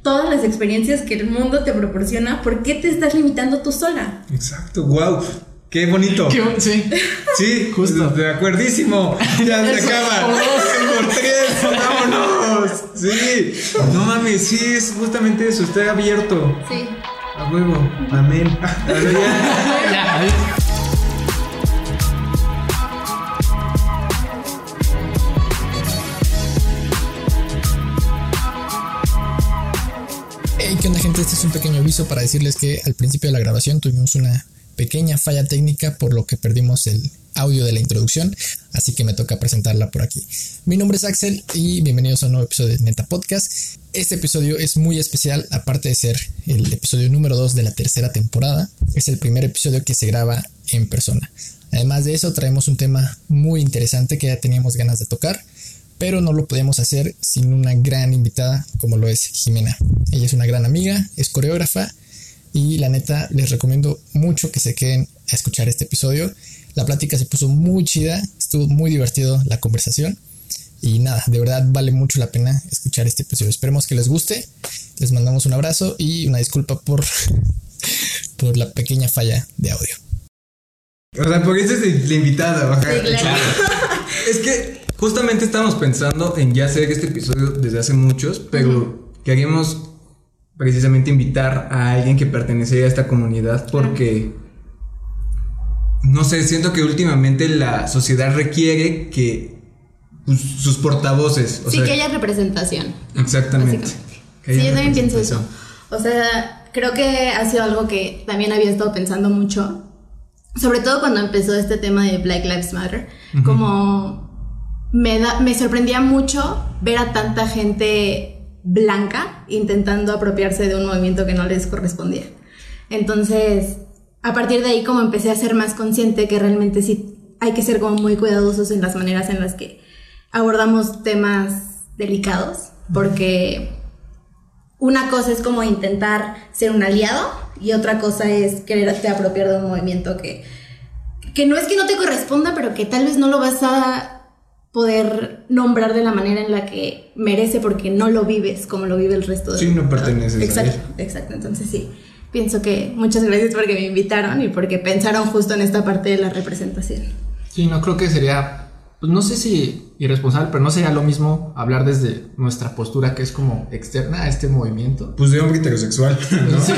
todas las experiencias que el mundo te proporciona, ¿por qué te estás limitando tú sola? Exacto, wow. Qué bonito. Sí. Sí, Justo. De acuerdísimo. Ya se acaba. Por 3, vámonos. Sí. No mames, sí, es justamente eso. Está abierto. Sí. A huevo. Amén. Ahora ya. Ya, adiós. Hey, ¿qué onda, gente? Este es un pequeño aviso para decirles que al principio de la grabación tuvimos una pequeña falla técnica, por lo que perdimos el audio de la introducción, así que me toca presentarla por aquí. Mi nombre es Axel y bienvenidos a un nuevo episodio de Neta Podcast. Este episodio es muy especial, aparte de ser el episodio número 2 de la tercera temporada. Es el primer episodio que se graba en persona. Además de eso, traemos un tema muy interesante que ya teníamos ganas de tocar, pero no lo podíamos hacer sin una gran invitada como lo es Jimena. Ella es una gran amiga, es coreógrafa y la neta les recomiendo mucho que se queden a escuchar este episodio. La plática se puso muy chida, estuvo muy divertido la conversación y nada, de verdad vale mucho la pena escuchar este episodio. Esperemos que les guste, les mandamos un abrazo y una disculpa por la pequeña falla de audio. O sea, porque esta es la invitada. Baja. Sí, claro. Es que justamente estábamos pensando en ya hacer este episodio desde hace muchos, pero queríamos precisamente invitar a alguien que pertenecía a esta comunidad porque, no sé, siento que últimamente la sociedad requiere que sus portavoces, Sí, que haya representación. exactamente. Sí, yo también pienso eso. O sea, creo que ha sido algo que también había estado pensando mucho, sobre todo cuando empezó este tema de Black Lives Matter, como me sorprendía mucho ver a tanta gente blanca intentando apropiarse de un movimiento que no les correspondía. Entonces, a partir de ahí como empecé a ser más consciente que realmente sí hay que ser como muy cuidadosos en las maneras en las que abordamos temas delicados, porque una cosa es como intentar ser un aliado y otra cosa es quererte apropiar de un movimiento que no es que no te corresponda, pero que tal vez no lo vas a poder nombrar de la manera en la que merece porque no lo vives como lo vive el resto de... Sí, no perteneces a él. Exacto, entonces sí, pienso que muchas gracias porque me invitaron y porque pensaron justo en esta parte de la representación. Sí, no creo que sería, pues no sé si irresponsable, pero no sería lo mismo hablar desde nuestra postura que es como externa a este movimiento. Pues de hombre heterosexual, ¿no? Sí,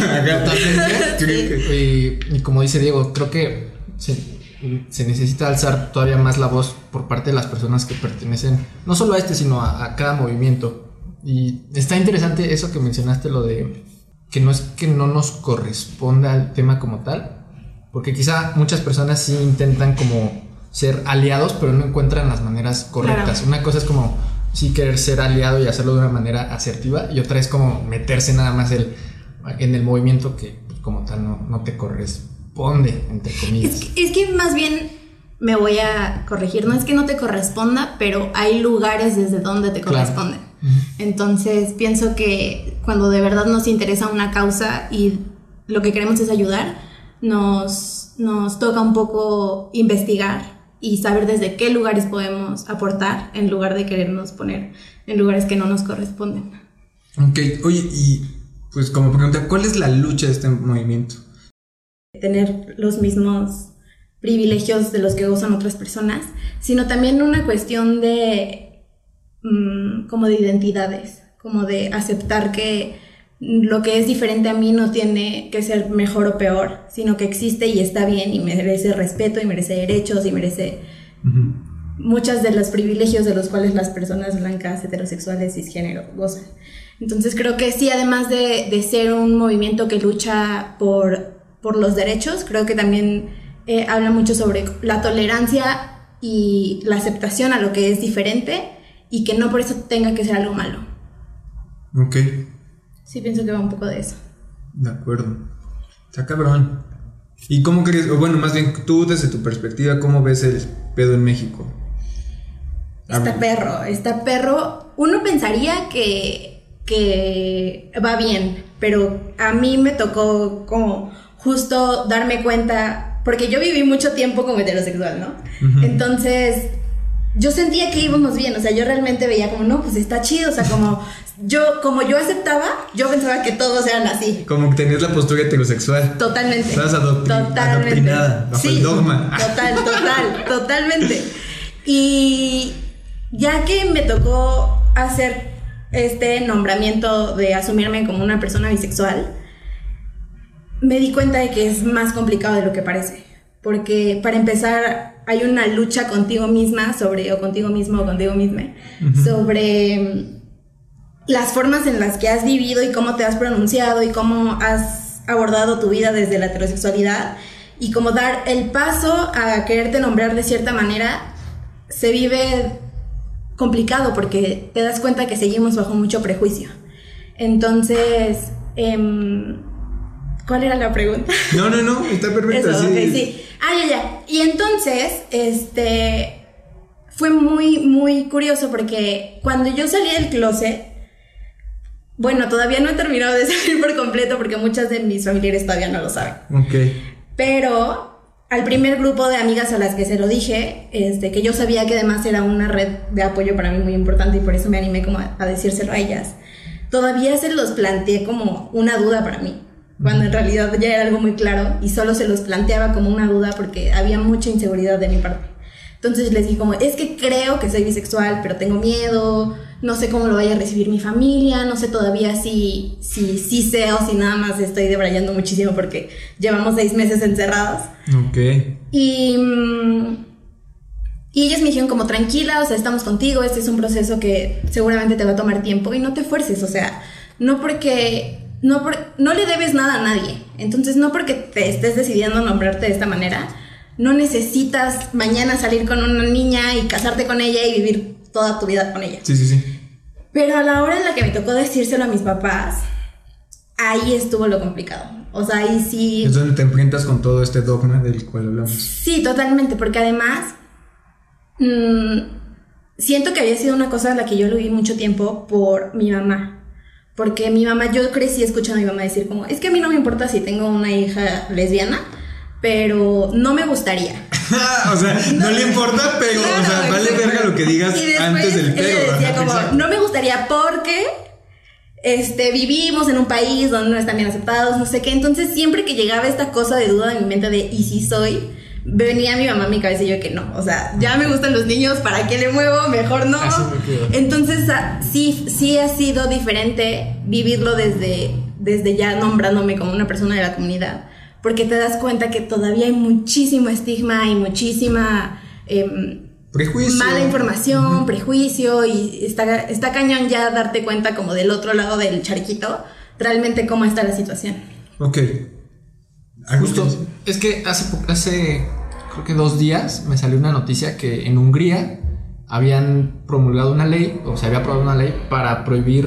totalmente. Y como dice Diego, creo que se necesita alzar todavía más la voz por parte de las personas que pertenecen no solo a este, sino a cada movimiento. Y está interesante eso que mencionaste, lo de que no es que no nos corresponda el tema como tal, porque quizá muchas personas sí intentan como ser aliados, pero no encuentran las maneras correctas. Claro. Una cosa es como sí querer ser aliado y hacerlo de una manera asertiva, y otra es como meterse nada más en el movimiento que como tal no te corresponde, entre comillas. Es que más bien me voy a corregir, no es que no te corresponda, pero hay lugares desde donde te corresponden. Claro. Entonces pienso que cuando de verdad nos interesa una causa y lo que queremos es ayudar, nos toca un poco investigar y saber desde qué lugares podemos aportar en lugar de querernos poner en lugares que no nos corresponden. Ok, oye, y pues como pregunta, ¿cuál es la lucha de este movimiento? Tener los mismos privilegios de los que gozan otras personas, sino también una cuestión de como de identidades, como de aceptar que lo que es diferente a mí no tiene que ser mejor o peor, sino que existe y está bien y merece respeto y merece derechos y merece muchos de los privilegios de los cuales las personas blancas, heterosexuales, cisgénero gozan. Entonces creo que sí, además de ser un movimiento que lucha por los derechos, creo que también habla mucho sobre la tolerancia y la aceptación a lo que es diferente y que no por eso tenga que ser algo malo. Ok. Sí, pienso que va un poco de eso. De acuerdo. Está cabrón. ¿Y cómo crees, o bueno, más bien tú desde tu perspectiva, cómo ves el pedo en México? Está perro. Uno pensaría que va bien, pero a mí me tocó como justo darme cuenta, porque yo viví mucho tiempo como heterosexual, ¿no? Entonces yo sentía que íbamos bien, o sea, yo realmente veía como, no, pues está chido, o sea, como como yo aceptaba, yo pensaba que todos eran así. Como que tenías la postura heterosexual. Totalmente. Estabas adoctrinada bajo el dogma. Totalmente. Y ya que me tocó hacer este nombramiento de asumirme como una persona bisexual, me di cuenta de que es más complicado de lo que parece. Porque para empezar, hay una lucha contigo misma o contigo misma, sobre las formas en las que has vivido y cómo te has pronunciado y cómo has abordado tu vida desde la heterosexualidad, y como dar el paso a quererte nombrar de cierta manera se vive complicado porque te das cuenta que seguimos bajo mucho prejuicio. Entonces, ¿cuál era la pregunta? No, está perfecto. Eso, sí. Okay, sí. Ya. Y entonces, fue muy, muy curioso porque cuando yo salí del closet, bueno, todavía no he terminado de salir por completo porque muchas de mis familiares todavía no lo saben. Ok. Pero al primer grupo de amigas a las que se lo dije, que yo sabía que además era una red de apoyo para mí muy importante y por eso me animé como a decírselo a ellas, todavía se los planteé como una duda para mí, cuando en realidad ya era algo muy claro y solo se los planteaba como una duda porque había mucha inseguridad de mi parte. Entonces les dije como, es que creo que soy bisexual, pero tengo miedo, no sé cómo lo vaya a recibir mi familia, no sé todavía si sé o si nada más estoy debrayando muchísimo porque llevamos 6 meses encerrados. Ok. Y ellas me dijeron como, tranquila, o sea, estamos contigo, este es un proceso que seguramente te va a tomar tiempo y no te fuerces, o sea, no le debes nada a nadie, entonces no porque te estés decidiendo nombrarte de esta manera, no necesitas mañana salir con una niña y casarte con ella y vivir toda tu vida con ella. Sí. Pero a la hora en la que me tocó decírselo a mis papás, ahí estuvo lo complicado. O sea, ahí sí... Es donde te enfrentas con todo este dogma del cual hablamos. Sí, totalmente, porque además siento que había sido una cosa en la que yo lo viví mucho tiempo por mi mamá. Porque mi mamá, yo crecí escuchando a mi mamá decir como, es que a mí no me importa si tengo una hija lesbiana, pero no me gustaría. O sea, no le importa, pero, claro, o sea, vale verga lo que digas antes del pero. Ella decía como, no me gustaría porque vivimos en un país donde no están bien aceptados, no sé qué. Entonces siempre que llegaba esta cosa de duda en mi mente de, ¿y si soy? Venía mi mamá a mi cabeza y yo que no. O sea, ya me gustan los niños, ¿para qué le muevo? Mejor no. Entonces sí ha sido diferente vivirlo desde ya nombrándome como una persona de la comunidad. Porque te das cuenta que todavía hay muchísimo estigma y muchísima prejuicio, mala información, prejuicio, y está cañón ya darte cuenta como del otro lado del charquito realmente cómo está la situación. Ok. Justo, es que hace creo que 2 días me salió una noticia que en Hungría habían promulgado una ley, o se había aprobado una ley para prohibir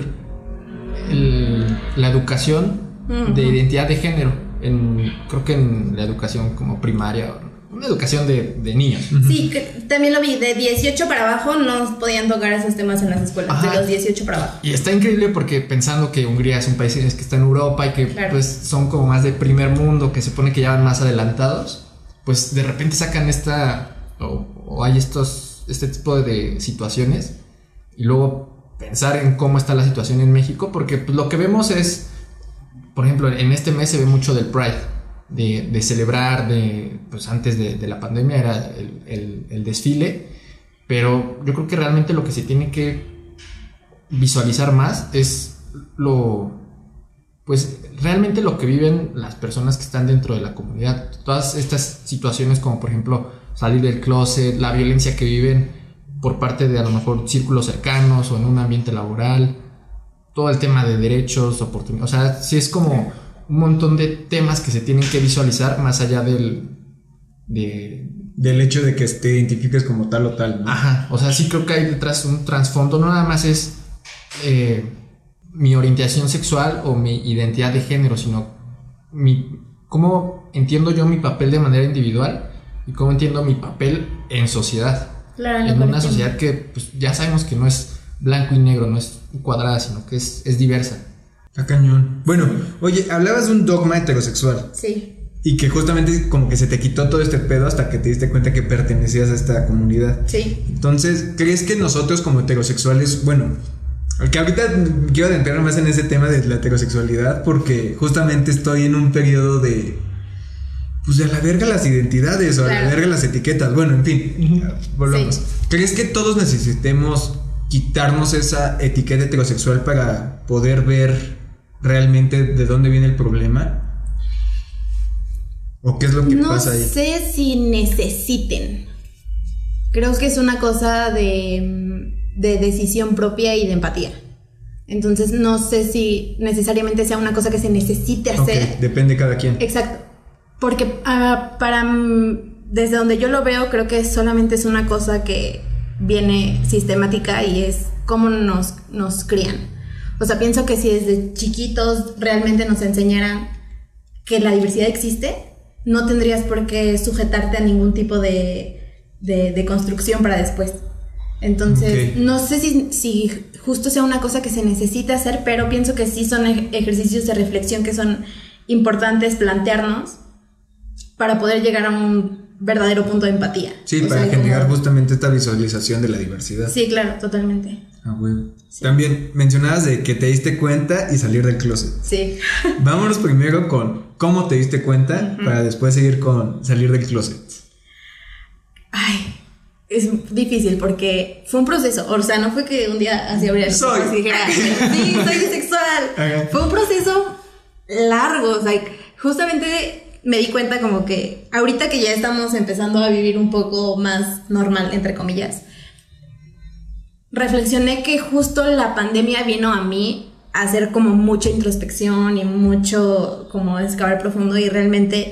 la educación de identidad de género. Creo que en la educación como primaria, una educación de niños. Sí, que también lo vi, de 18 para abajo no podían tocar esos temas en las escuelas. Ajá. De los 18 para abajo. Y está increíble porque pensando que Hungría es un país que está en Europa y que claro, pues son como más de primer mundo, que se supone que ya van más adelantados, pues de repente sacan o hay este tipo de situaciones, y luego pensar en cómo está la situación en México, porque pues, lo que vemos es, por ejemplo, en este mes se ve mucho del Pride, de celebrar, pues antes de la pandemia era el desfile, pero yo creo que realmente lo que se tiene que visualizar más es pues realmente lo que viven las personas que están dentro de la comunidad. Todas estas situaciones como por ejemplo salir del closet, la violencia que viven por parte de a lo mejor círculos cercanos o en un ambiente laboral, todo el tema de derechos, oportunidades, o sea, sí es como un montón de temas que se tienen que visualizar más allá del hecho de que te identifiques como tal o tal, ¿no? Ajá, o sea, sí creo que hay detrás un trasfondo, no nada más es mi orientación sexual o mi identidad de género, sino cómo entiendo yo mi papel de manera individual y cómo entiendo mi papel en sociedad. Claro, en una sociedad que pues, ya sabemos que no es blanco y negro, no es cuadrada, sino que es diversa. Está cañón. Bueno, oye, hablabas de un dogma heterosexual. Sí. Y que justamente como que se te quitó todo este pedo hasta que te diste cuenta que pertenecías a esta comunidad. Sí. Entonces, ¿crees que nosotros como heterosexuales, bueno, Que ahorita quiero adentrar más en ese tema de la heterosexualidad porque justamente estoy en un periodo de... Pues de a la verga las identidades o a la verga las etiquetas. Bueno, en fin, volvamos. Sí. ¿Crees que todos necesitemos quitarnos esa etiqueta heterosexual para poder ver realmente de dónde viene el problema? ¿O qué es lo que pasa ahí? No sé si necesiten. Creo que es una cosa de decisión propia y de empatía. Entonces no sé si necesariamente sea una cosa que se necesite hacer. Okay, depende de cada quien. Exacto. Porque desde donde yo lo veo, creo que solamente es una cosa que viene sistemática y es cómo nos crían. O sea, pienso que si desde chiquitos realmente nos enseñaran que la diversidad existe, no tendrías por qué sujetarte a ningún tipo de construcción para después. Entonces, no sé si justo sea una cosa que se necesita hacer, pero pienso que sí son ejercicios de reflexión que son importantes plantearnos para poder llegar a un verdadero punto de empatía. Sí, para generar justamente esta visualización de la diversidad. Sí, claro, totalmente. Bueno. Sí. También mencionabas de que te diste cuenta y salir del closet. Sí. Vámonos primero con cómo te diste cuenta para después seguir con salir del closet. Ay, es difícil porque fue un proceso. O sea, no fue que un día así abriera los ojos y dijera, sí, soy bisexual. Okay. Fue un proceso largo. O sea, justamente me di cuenta como que ahorita que ya estamos empezando a vivir un poco más normal, entre comillas, reflexioné que justo la pandemia vino a mí a hacer como mucha introspección y mucho como excavar profundo y realmente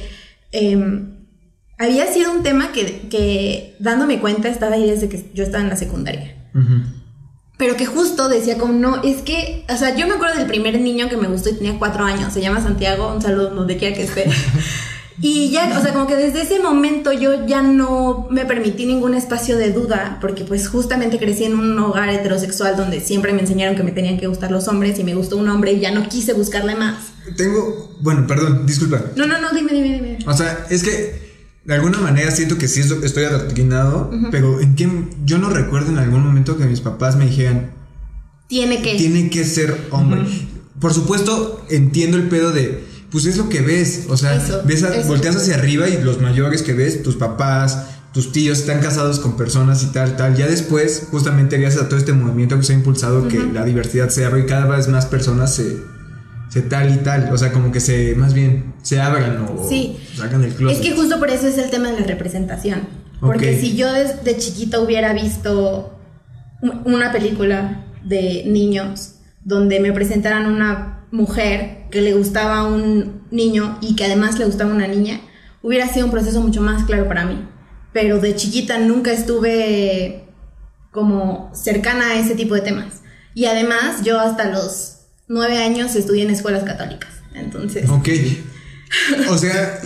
había sido un tema que dándome cuenta estaba ahí desde que yo estaba en la secundaria. Pero que justo decía como no, es que, o sea, yo me acuerdo del primer niño que me gustó y tenía 4 años, se llama Santiago, un saludo donde quiera que esté. Y ya, o sea, como que desde ese momento yo ya no me permití ningún espacio de duda, porque pues justamente crecí en un hogar heterosexual donde siempre me enseñaron que me tenían que gustar los hombres y me gustó un hombre y ya no quise buscarle más. Bueno, perdón, disculpa. No, dime. O sea, es que de alguna manera siento que sí estoy adoctrinado, pero yo no recuerdo en algún momento que mis papás me dijeran tiene que ser hombre. Por supuesto, entiendo el pedo de pues es lo que ves, o sea, volteas hacia arriba y los mayores que ves, tus papás, tus tíos están casados con personas y tal. Ya después, justamente gracias a todo este movimiento que se ha impulsado, que la diversidad se abre y cada vez más personas se tal y tal, o sea, como que más bien se abran o sacan el closet. Es que justo por eso es el tema de la representación, porque si yo desde chiquita hubiera visto una película de niños donde me presentaran una mujer que le gustaba a un niño y que además le gustaba a una niña, hubiera sido un proceso mucho más claro para mí. Pero de chiquita nunca estuve como cercana a ese tipo de temas. Y además yo hasta los 9 años estudié en escuelas católicas. Entonces... Ok. O sea...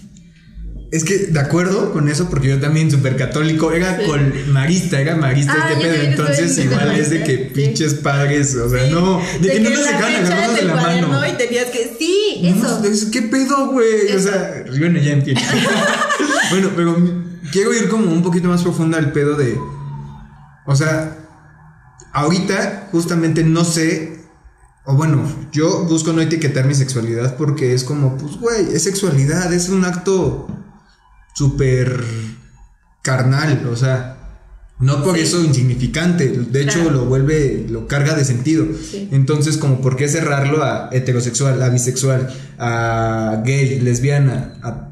Es que de acuerdo con eso, porque yo también súper católico, era marista este pedo, entonces igual es de que pinches padres, o sea, no, de que no nos dejaban agarrarnos de la mano. Y tenías que, eso. ¿Qué pedo, güey? O sea, bueno, ya en fin. Bueno, pero quiero ir como un poquito más profunda al pedo de, o sea, ahorita justamente no sé, o bueno, yo busco no etiquetar mi sexualidad porque es como, pues, güey, es sexualidad, es un acto súper carnal, o sea, no por eso insignificante, de hecho lo carga de sentido. Entonces, como por qué cerrarlo a heterosexual, a bisexual, a gay, lesbiana,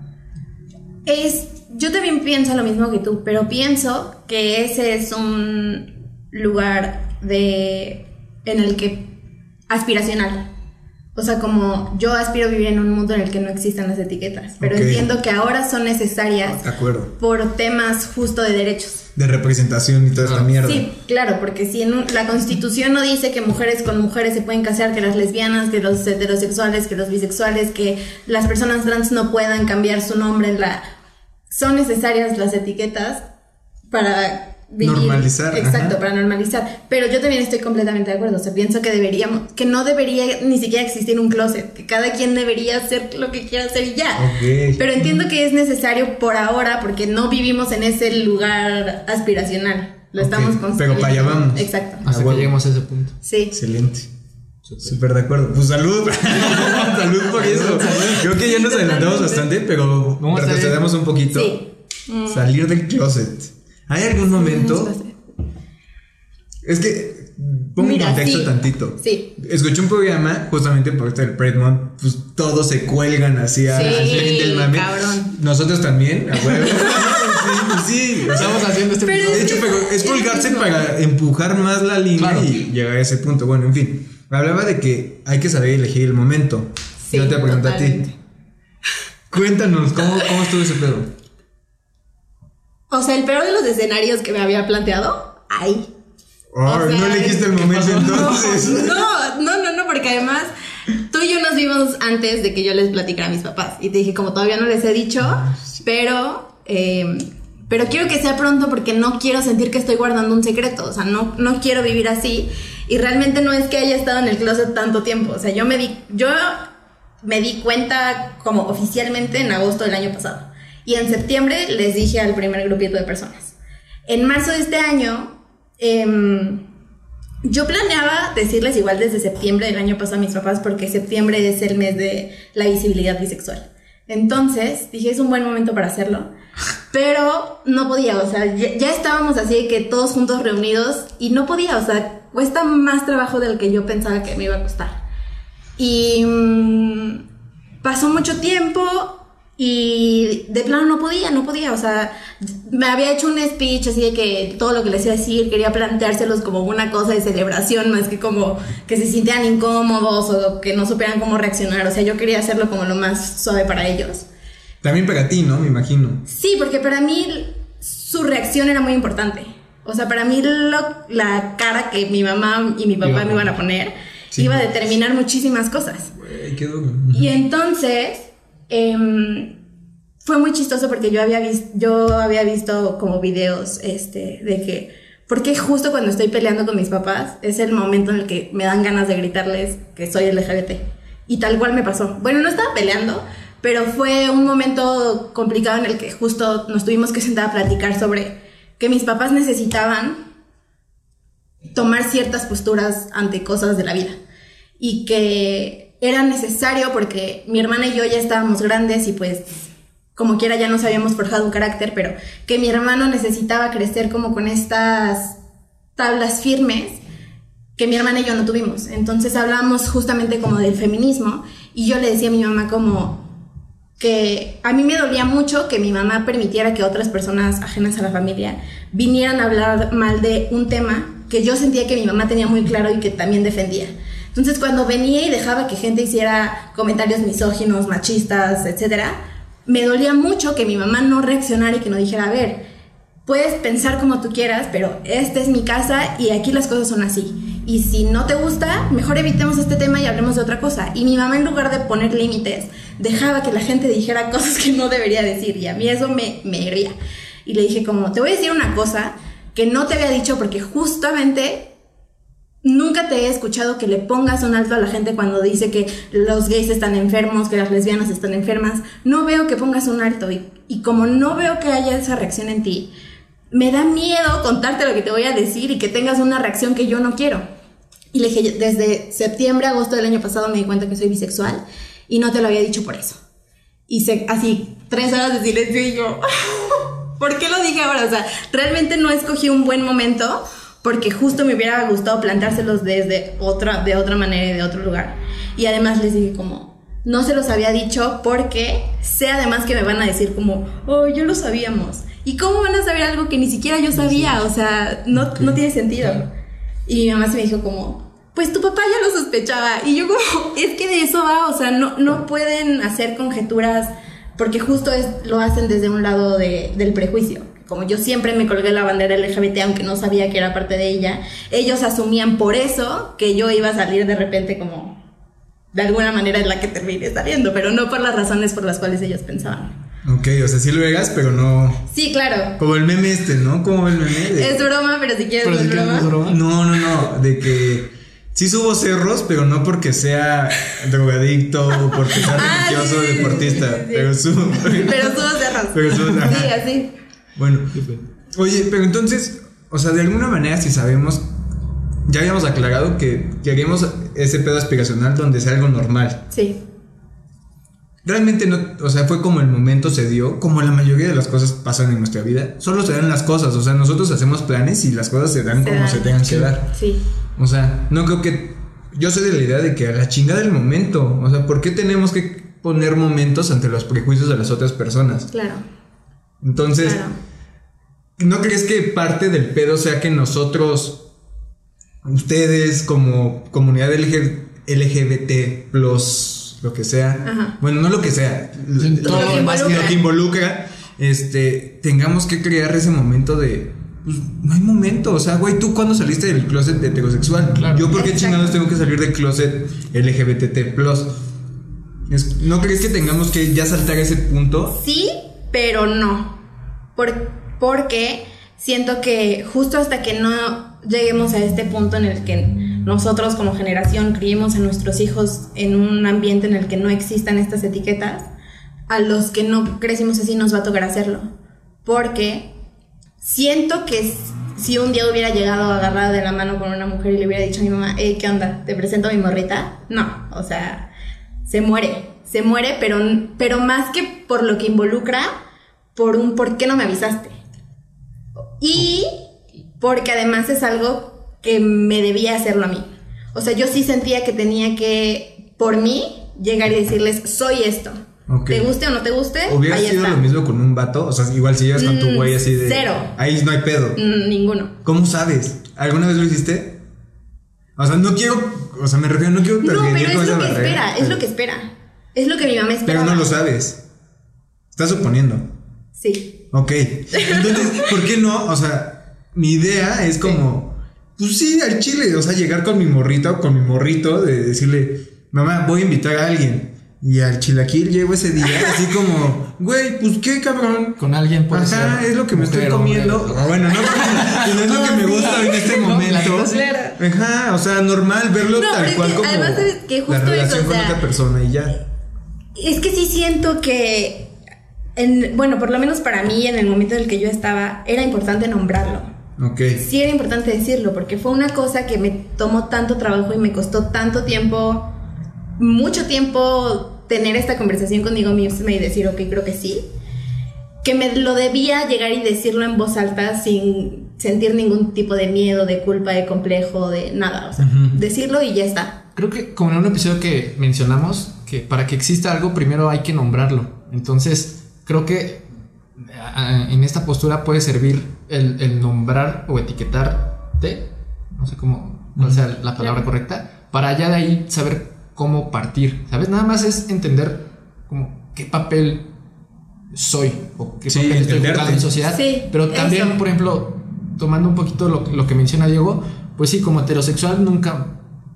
yo también pienso lo mismo que tú, pero pienso que ese es un lugar en el que aspiracional. O sea, como yo aspiro a vivir en un mundo en el que no existan las etiquetas, pero entiendo que ahora son necesarias por temas justo de derechos. De representación y toda esta mierda. Sí, claro, porque si la Constitución no dice que mujeres con mujeres se pueden casar, que las lesbianas, que los heterosexuales, que los bisexuales, que las personas trans no puedan cambiar su nombre, son necesarias las etiquetas para... normalizar. Exacto, para normalizar. Pero yo también estoy completamente de acuerdo. O sea, pienso que no debería ni siquiera existir un closet, que cada quien debería hacer lo que quiera hacer y ya. Pero entiendo que es necesario por ahora porque no vivimos en ese lugar aspiracional. Lo estamos Ok, construyendo. pero para allá vamos. Exacto. Hasta que bueno. lleguemos a ese punto. Sí. Excelente. Súper de acuerdo. Pues salud. Salud por eso. Creo que ya nos adelantamos bastante, pero Vamos a retrocedemos un poquito. Sí. Salir del closet. ¿Hay algún momento? Es que pongo en Mira, contexto sí. tantito. Sí. Escuché un programa justamente por este del Pride Month, pues todos se cuelgan así a Sí, la gente del mame. cabrón. Nosotros también, a huevo. Sí, o sea, Estamos haciendo este Pero episodio. de hecho, pero es colgarse para empujar más la línea Claro. y llegar a ese punto. Bueno, en fin. Hablaba de que hay que saber elegir el momento. Sí, Yo te pregunto a ti. totalmente. Cuéntanos, ¿cómo estuvo ese pedo? O sea, el peor de los escenarios que me había planteado, ay. Oh, O sea, no elegiste el momento pasó? entonces. No, porque además tú y yo nos vimos antes de que yo les platicara a mis papás. Y te dije, como todavía no les he dicho, pero quiero que sea pronto porque no quiero sentir que estoy guardando un secreto. O sea, no quiero vivir así. Y realmente no es que haya estado en el closet tanto tiempo. O sea, yo me di cuenta como oficialmente en agosto del año pasado. Y en septiembre les dije al primer grupito de personas. En marzo de este año... yo planeaba decirles igual desde septiembre del año pasado a mis papás porque septiembre es el mes de la visibilidad bisexual. Entonces dije, es un buen momento para hacerlo, pero no podía, o sea, ya estábamos así de que todos juntos reunidos y no podía, o sea, cuesta más trabajo del que yo pensaba que me iba a costar. Y pasó mucho tiempo. Y de plano no podía, o sea, me había hecho un speech así de que todo lo que les iba a decir, quería planteárselos como una cosa de celebración, más que como que se sintieran incómodos o que no supieran cómo reaccionar, o sea, yo quería hacerlo como lo más suave para ellos. También para ti, ¿no? Me imagino. Sí, porque para mí su reacción era muy importante, o sea, para mí la cara que mi mamá y mi papá me iban a poner Sí. iba a determinar muchísimas cosas. Güey, qué duro. Y entonces fue muy chistoso porque yo había visto como videos de que porque justo cuando estoy peleando con mis papás es el momento en el que me dan ganas de gritarles que soy LGBT y tal cual me pasó. Bueno, no estaba peleando, pero fue un momento complicado en el que justo nos tuvimos que sentar a platicar sobre que mis papás necesitaban tomar ciertas posturas ante cosas de la vida y que era necesario porque mi hermana y yo ya estábamos grandes y pues como quiera ya nos habíamos forjado un carácter, pero que mi hermano necesitaba crecer como con estas tablas firmes que mi hermana y yo no tuvimos. Entonces hablábamos justamente como del feminismo y yo le decía a mi mamá como que a mí me dolía mucho que mi mamá permitiera que otras personas ajenas a la familia vinieran a hablar mal de un tema que yo sentía que mi mamá tenía muy claro y que también defendía. Entonces cuando venía y dejaba que gente hiciera comentarios misóginos, machistas, etcétera, me dolía mucho que mi mamá no reaccionara y que no dijera, a ver, puedes pensar como tú quieras, pero esta es mi casa y aquí las cosas son así. Y si no te gusta, mejor evitemos este tema y hablemos de otra cosa. Y mi mamá, en lugar de poner límites, dejaba que la gente dijera cosas que no debería decir y a mí eso me hería. Y le dije como, te voy a decir una cosa que no te había dicho porque justamente nunca te he escuchado que le pongas un alto a la gente cuando dice que los gays están enfermos, que las lesbianas están enfermas. No veo que pongas un alto y como no veo que haya esa reacción en ti, me da miedo contarte lo que te voy a decir y que tengas una reacción que yo no quiero. Y le dije, desde septiembre, agosto del año pasado me di cuenta que soy bisexual y no te lo había dicho por eso. Y así 3 horas de silencio y yo, ¿por qué lo dije ahora? O sea, realmente no escogí un buen momento porque justo me hubiera gustado plantárselos de otra manera y de otro lugar. Y además les dije como, no se los había dicho porque sé además que me van a decir como, oh, yo lo sabíamos. ¿Y cómo van a saber algo que ni siquiera yo sabía? O sea, no tiene sentido. Y mi mamá se me dijo como, pues tu papá ya lo sospechaba. Y yo como, es que de eso va, o sea, no pueden hacer conjeturas porque justo lo hacen desde un lado del prejuicio. Como yo siempre me colgué la bandera LGBT, aunque no sabía que era parte de ella, ellos asumían por eso que yo iba a salir de repente como de alguna manera en la que terminé saliendo, pero no por las razones por las cuales ellos pensaban. Ok, o sea, sí lo hagas, pero no... Sí, claro. Como el meme ¿no? Como el meme Es broma, pero si quieres no es broma. No, de que sí subo cerros, pero no porque sea drogadicto o porque sea religioso sí, deportista, sí. pero subo Pero subo cerros. Pero subo, ajá. Sí, así. Bueno, oye, pero entonces o sea, de alguna manera si sabemos, ya habíamos aclarado que queremos ese pedo aspiracional donde sea algo normal. Sí. Realmente no, o sea, fue como el momento se dio, como la mayoría de las cosas pasan en nuestra vida, solo se dan las cosas, o sea, nosotros hacemos planes y las cosas se dan como se tengan que dar. Sí. O sea, no creo que, yo soy de la idea de que a la chingada del momento, o sea, ¿por qué tenemos que poner momentos ante los prejuicios de las otras personas? Claro. Entonces, Claro. ¿no crees que parte del pedo sea que nosotros, ustedes como comunidad LGBT+, lo que sea, Ajá. bueno, no lo que sea, Todo lo que involucra. lo que involucra, tengamos que crear ese momento de, pues, no hay momento, o sea, güey, ¿tú cuándo saliste del closet heterosexual? Claro. Yo, ¿por qué Exacto. chingados tengo que salir del closet LGBT+? ¿No crees que tengamos que ya saltar ese punto? Sí, pero no. Porque siento que justo hasta que no lleguemos a este punto en el que nosotros como generación criemos a nuestros hijos en un ambiente en el que no existan estas etiquetas, a los que no crecimos así nos va a tocar hacerlo. Porque siento que si un día hubiera llegado agarrada de la mano con una mujer y le hubiera dicho a mi mamá, hey, ¿qué onda? ¿Te presento a mi morrita? No, o sea, se muere, pero más que por lo que involucra, ¿por qué no me avisaste? Y porque además es algo que me debía hacerlo a mí. O sea, yo sí sentía que tenía que, por mí, llegar y decirles, soy esto. Okay. ¿Te guste o no te guste? ¿Hubiera ahí sido está. lo mismo con un vato? O sea, igual si llegas con tu güey así de... Cero. Ahí no hay pedo. Ninguno. ¿Cómo sabes? ¿Alguna vez lo hiciste? O sea, no quiero... O sea, me refiero, no quiero No, intervenir pero con es lo esa que barrera, espera, es lo que espera. Es lo que mi mamá espera. Pero no lo sabes. Estás suponiendo. Sí. Ok. Entonces, ¿por qué no? O sea, mi idea es como... Pues sí, al chile. O sea, llegar con mi morrita o con mi morrito de decirle... Mamá, voy a invitar a alguien. Y al chilaquil llego ese día así como... Güey, pues qué cabrón. Con alguien puede Ajá, ser es lo que me estoy mujer, comiendo. hombre. O bueno, no, no es lo que me gusta en este momento. Claro. Ajá, o sea, normal verlo No, tal pero cual es que como además sabes que justo la relación eso, o con sea, otra persona y ya. Es que sí siento que, bueno, por lo menos para mí, en el momento en el que yo estaba, era importante nombrarlo. Ok. Sí era importante decirlo, porque fue una cosa que me tomó tanto trabajo y me costó tanto tiempo, mucho tiempo, tener esta conversación conmigo misma y decir, ok, creo que sí, que me lo debía llegar y decirlo en voz alta sin sentir ningún tipo de miedo, de culpa, de complejo, de nada. O sea, decirlo y ya está. Creo que como en un episodio que mencionamos, que para que exista algo primero hay que nombrarlo. Entonces creo que en esta postura puede servir el nombrar o etiquetarte, no sé cómo, cuál sea la palabra correcta, para ya de ahí saber cómo partir, ¿sabes? Nada más es entender como qué papel soy o qué papel estoy jugando en sociedad. Sí, pero también, eso. por ejemplo, tomando un poquito lo que menciona Diego, pues sí, como heterosexual nunca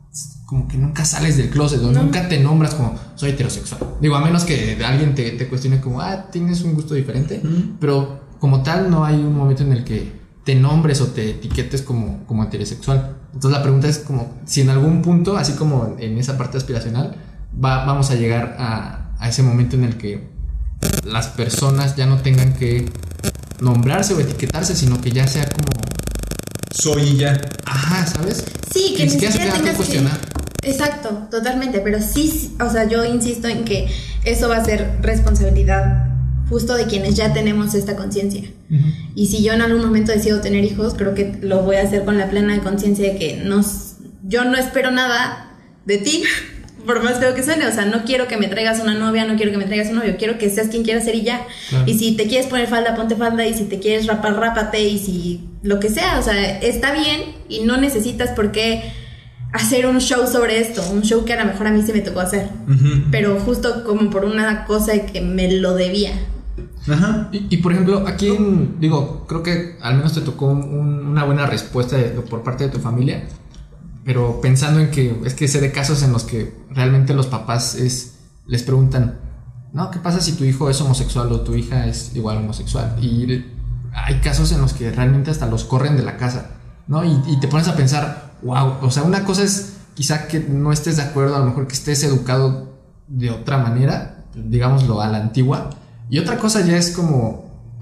sales del closet o nunca te nombras como soy heterosexual. Digo, a menos que alguien te cuestione como, tienes un gusto diferente, pero como tal no hay un momento en el que te nombres o te etiquetes como heterosexual. Entonces la pregunta es como si en algún punto, así como en esa parte aspiracional, vamos a llegar a ese momento en el que las personas ya no tengan que nombrarse o etiquetarse, sino que ya sea como Soy y ya. Ah, ¿sabes? Sí, que ni ni siquiera se siquiera tenga que tengas cuestionar. Exacto, totalmente, pero sí, o sea, yo insisto en que eso va a ser responsabilidad justo de quienes ya tenemos esta conciencia. Y si yo en algún momento decido tener hijos, creo que lo voy a hacer con la plena conciencia de que yo no espero nada de ti, por más feo que suene. O sea, no quiero que me traigas una novia, no quiero que me traigas un novio, quiero que seas quien quieras ser y ya. Claro. Y si te quieres poner falda, ponte falda, y si te quieres rapar, rápate, y si lo que sea, o sea, está bien y no necesitas por qué hacer un show sobre esto, un show que a lo mejor a mí sí me tocó hacer, pero justo como por una cosa de que me lo debía. Ajá. Y por ejemplo, aquí digo, creo que al menos te tocó una buena respuesta por parte de tu familia, pero pensando en que es que sé de casos en los que realmente los papás les preguntan, no, ¿qué pasa si tu hijo es homosexual o tu hija es igual homosexual? Y hay casos en los que realmente hasta los corren de la casa, ¿no? Y te pones a pensar, wow, o sea, una cosa es quizá que no estés de acuerdo, a lo mejor que estés educado de otra manera, digámoslo a la antigua, y otra cosa ya es como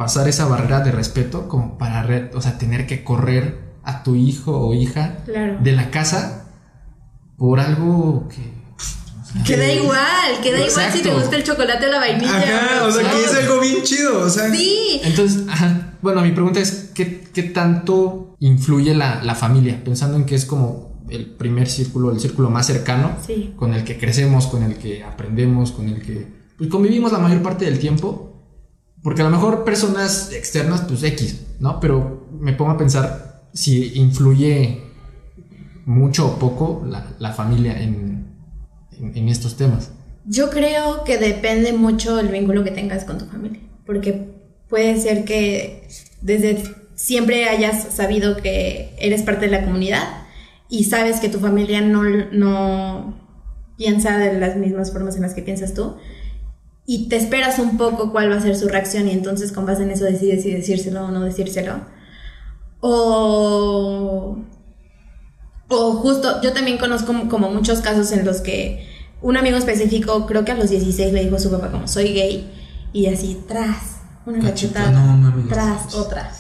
pasar esa barrera de respeto como para, o sea, tener que correr a tu hijo o hija de la casa por algo que da igual si te gusta el chocolate o la vainilla. Ajá, o sea, que es algo bien chido, o sea. Sí. Entonces, bueno, mi pregunta es, ¿qué tanto influye la familia? Pensando en que es como el primer círculo, el círculo más cercano, con el que crecemos, con el que aprendemos, con el que pues, convivimos la mayor parte del tiempo. Porque a lo mejor personas externas, pues X, ¿no? Pero me pongo a pensar si influye mucho o poco la familia en estos temas. Yo creo que depende mucho el vínculo que tengas con tu familia. Porque puede ser que desde siempre hayas sabido que eres parte de la comunidad y sabes que tu familia no piensa de las mismas formas en las que piensas tú. Y te esperas un poco cuál va a ser su reacción y entonces con base en eso decides si decírselo o no decírselo. O justo, yo también conozco como muchos casos en los que un amigo específico, creo que a los 16 le dijo a su papá como soy gay, y así tras, una cachetada, tras otra.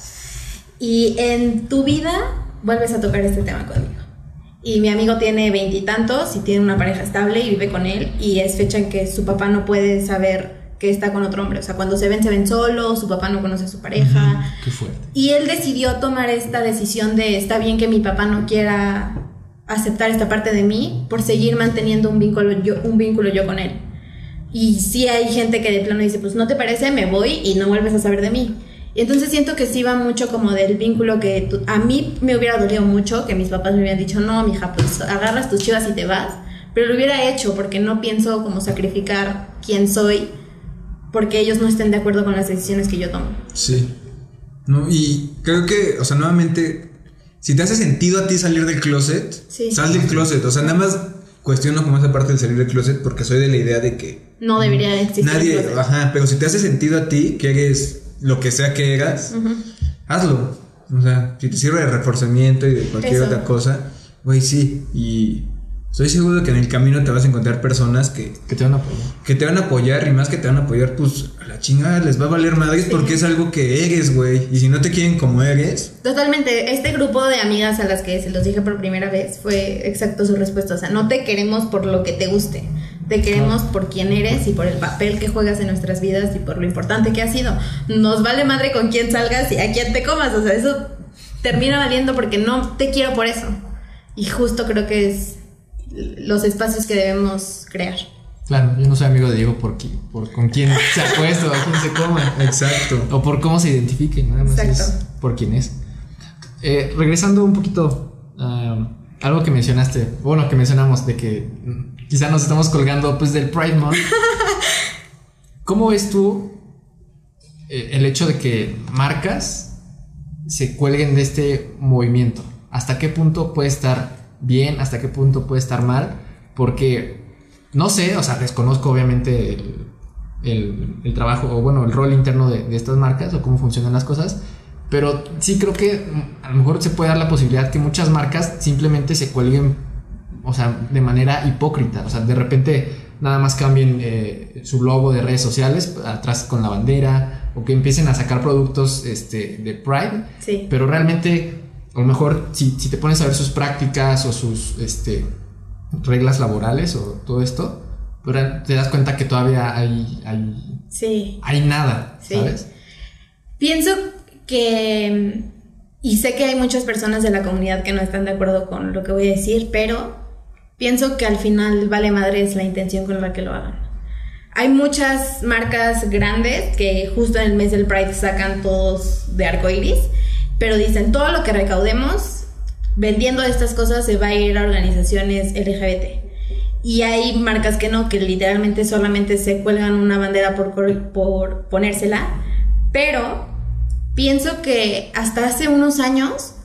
Y en tu vida vuelves a tocar este tema conmigo. Y mi amigo tiene 20 y tantos y tiene una pareja estable y vive con él y es fecha en que su papá no puede saber que está con otro hombre. O sea, cuando se ven solos, su papá no conoce a su pareja. Qué fuerte. Y él decidió tomar esta decisión de está bien que mi papá no quiera aceptar esta parte de mí por seguir manteniendo un vínculo yo con él. Y sí hay gente que de plano dice, pues no te parece, me voy y no vuelves a saber de mí. Y entonces siento que sí va mucho como del vínculo que a mí me hubiera dolido mucho que mis papás me hubieran dicho, no, mija, pues agarras tus chivas y te vas. Pero lo hubiera hecho porque no pienso como sacrificar quién soy porque ellos no estén de acuerdo con las decisiones que yo tomo. Sí. No, y creo que, o sea, nuevamente, si te hace sentido a ti salir del closet, sal del closet. O sea, nada más cuestiono como esa parte del salir del closet porque soy de la idea de que no debería existir nadie, pero si te hace sentido a ti que eres lo que sea que hagas, hazlo. O sea, si te sirve de reforzamiento y de cualquier otra cosa, güey, sí. Y estoy seguro de que en el camino te vas a encontrar personas que te van a apoyar. Que te van a apoyar, y más que te van a apoyar, pues a la chingada les va a valer madres porque es algo que eres, güey. Y si no te quieren como eres. Totalmente. Este grupo de amigas a las que se los dije por primera vez fue exacto su respuesta. O sea, no te queremos por lo que te guste. Te queremos por quién eres y por el papel que juegas en nuestras vidas y por lo importante que has sido. Nos vale madre con quién salgas y a quién te comas. O sea, eso termina valiendo porque no te quiero por eso. Y justo creo que es los espacios que debemos crear. Claro, yo no soy amigo de Diego por con quién se acuesta o a quién se coma. Exacto. O por cómo se identifique, nada más. Es por quién es. Regresando un poquito algo que mencionaste, bueno, que mencionamos de que quizá nos estamos colgando pues del Pride Month. ¿Cómo ves tú el hecho de que marcas se cuelguen de este movimiento? ¿Hasta qué punto puede estar bien? ¿Hasta qué punto puede estar mal? Porque no sé, o sea, desconozco obviamente el trabajo o bueno, el rol interno de estas marcas o cómo funcionan las cosas, pero sí creo que a lo mejor se puede dar la posibilidad que muchas marcas simplemente se cuelguen, o sea, de manera hipócrita. O sea, de repente nada más cambien su logo de redes sociales atrás con la bandera, o que empiecen a sacar productos de Pride, sí. Pero realmente a lo mejor si te pones a ver sus prácticas o sus reglas laborales o todo esto, pero te das cuenta que todavía hay nada, sí. ¿Sabes? Pienso que, y sé que hay muchas personas de la comunidad que no están de acuerdo con lo que voy a decir, pero pienso que al final vale madres la intención con la que lo hagan. Hay muchas marcas grandes que justo en el mes del Pride sacan todos de arcoiris, pero dicen todo lo que recaudemos vendiendo estas cosas se va a ir a organizaciones LGBT. Y hay marcas que no, que literalmente solamente se cuelgan una bandera por ponérsela, pero pienso que hasta hace unos años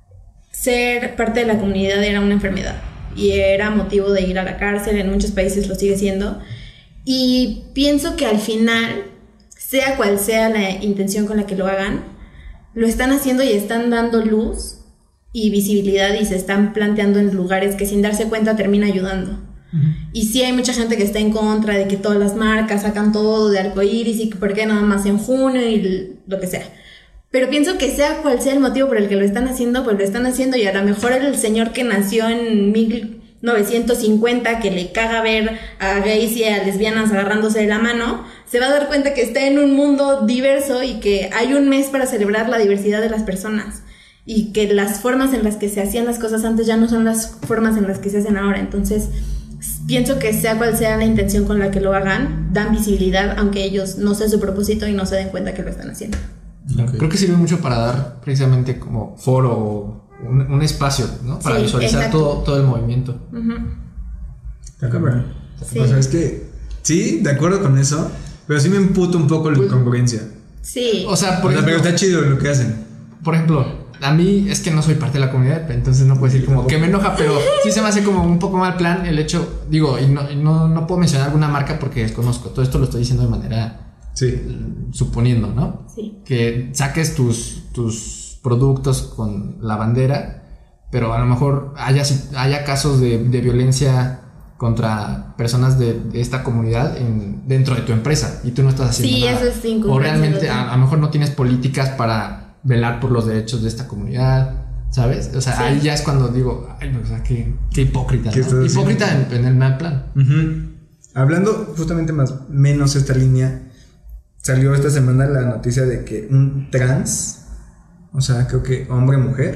ser parte de la comunidad era una enfermedad y era motivo de ir a la cárcel. En muchos países lo sigue siendo, y pienso que al final, sea cual sea la intención con la que lo hagan, lo están haciendo y están dando luz y visibilidad y se están planteando en lugares que sin darse cuenta termina ayudando. Y sí hay mucha gente que está en contra de que todas las marcas sacan todo de arcoíris y que por qué nada más en junio y lo que sea. Pero pienso que sea cual sea el motivo por el que lo están haciendo, pues lo están haciendo, y a lo mejor el señor que nació en 1950, que le caga ver a gays y a lesbianas agarrándose de la mano, se va a dar cuenta que está en un mundo diverso y que hay un mes para celebrar la diversidad de las personas, y que las formas en las que se hacían las cosas antes ya no son las formas en las que se hacen ahora. Entonces pienso que sea cual sea la intención con la que lo hagan, dan visibilidad, aunque ellos no sea su propósito y no se den cuenta que lo están haciendo. Okay. Creo que sirve mucho para dar precisamente como foro o un espacio, ¿no? Para visualizar todo el movimiento. Está cabrón. Sí. O sea, es que sí, de acuerdo con eso, pero sí me emputa un poco la incongruencia. Sí. O sea, por ejemplo, pero está chido lo que hacen. Por ejemplo, a mí es que no soy parte de la comunidad, entonces no puedo decir como que me enoja, pero sí se me hace como un poco mal plan el hecho, digo, y no puedo mencionar alguna marca porque desconozco. Todo esto lo estoy diciendo de manera suponiendo, ¿no? Sí. Que saques tus productos con la bandera, pero a lo mejor haya casos de violencia contra personas de esta comunidad dentro de tu empresa y tú no estás haciendo nada. Sí, eso es incongruente. O realmente a lo mejor no tienes políticas para velar por los derechos de esta comunidad, ¿sabes? O sea, ahí ya es cuando digo, ay, o sea, qué hipócrita, ¿no? Hipócrita en el mal plan. Hablando justamente menos esta línea, salió esta semana la noticia de que un trans, o sea, creo que hombre-mujer.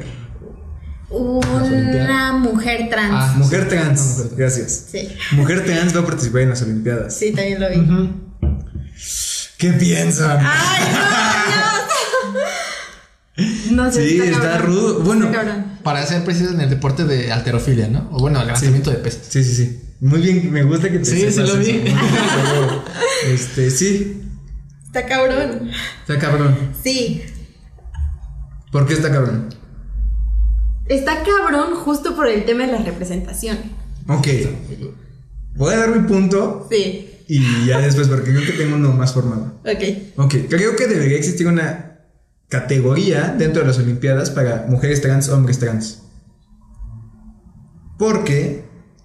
Una mujer trans. Mujer trans, gracias. Sí. Mujer trans va a participar en las Olimpiadas. Sí, también lo vi. ¿Qué piensan? ¡Ay, no! No sé, sí, está rudo. Bueno, para ser preciso en el deporte de halterofilia, ¿no? O bueno, levantamiento de pesas. Sí. Muy bien, me gusta que te sí lo vi. Sí. Está cabrón. Está cabrón. Sí. ¿Por qué está cabrón? Está cabrón justo por el tema de la representación. Ok. Voy a dar mi punto. Sí. Y ya después, porque creo que tengo uno más formado. Ok. Creo que debería existir una categoría dentro de las Olimpiadas para mujeres trans, hombres trans. Porque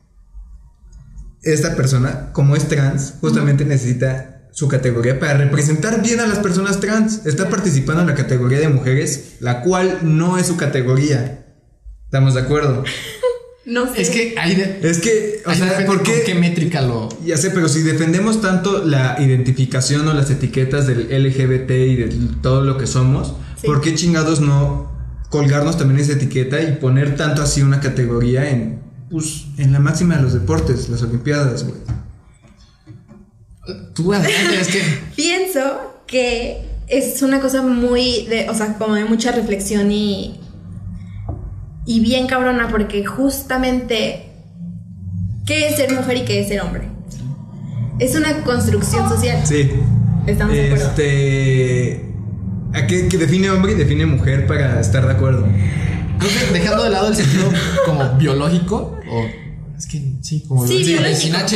esta persona, como es trans, justamente necesita su categoría para representar bien a las personas trans. Está participando en la categoría de mujeres, la cual no es su categoría. ¿Estamos de acuerdo? No sé. Es que o sea, ¿por qué? ¿Con qué métrica lo...? Ya sé, pero si defendemos tanto la identificación o las etiquetas del LGBT y de todo lo que somos, ¿por qué chingados no colgarnos también esa etiqueta y poner tanto así una categoría en la máxima de los deportes, las Olimpiadas, güey? Tú adelante, es que... Pienso que es una cosa muy como de mucha reflexión y bien cabrona, porque justamente ¿qué es ser mujer y qué es ser hombre? Es una construcción social. Sí. ¿Estamos de acuerdo? ¿A qué define hombre y define mujer para estar de acuerdo? Creo que dejando de lado el sentido como biológico, o es que sí, como sí, biológico.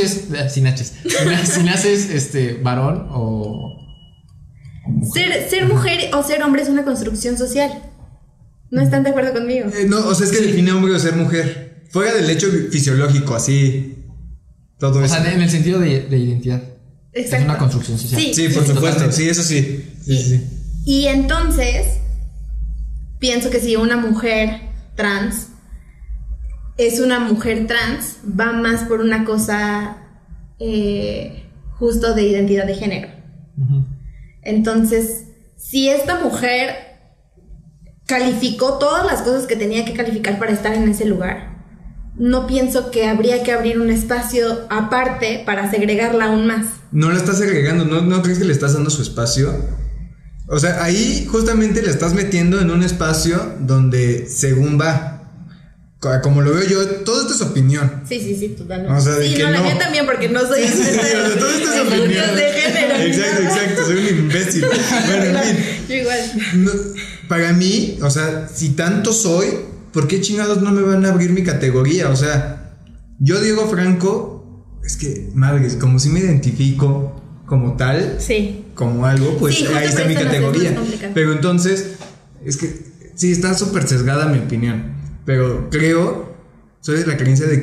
Si naces varón o mujer. Ser mujer o ser hombre es una construcción social. ¿No están de acuerdo conmigo? No, o sea, es que define hombre o ser mujer. Fuera del hecho fisiológico, así. Todo eso. O sea, en el sentido de identidad. Exacto. Es una construcción social. Sí, por supuesto. Sí, eso sí. Y entonces, pienso que si una mujer trans es una mujer trans, va más por una cosa justo de identidad de género. Entonces, si esta mujer calificó todas las cosas que tenía que calificar para estar en ese lugar, no pienso que habría que abrir un espacio aparte para segregarla aún más. No la estás segregando, ¿no crees que le estás dando su espacio? O sea, ahí justamente la estás metiendo en un espacio donde según va. Como lo veo yo, todo esto es opinión. Sí, totalmente. O sea, sí, la mía también, porque no soy todo esto es opinión de género. Exacto, soy un imbécil. Bueno, en fin. Yo igual. No, para mí, o sea, si tanto soy, ¿por qué chingados no me van a abrir mi categoría? O sea, yo Diego Franco, es que, madre, como si me identifico como tal, como algo, pues sí, ahí está mi categoría. Pero entonces, es que sí, está súper sesgada mi opinión. Pero soy de la creencia de que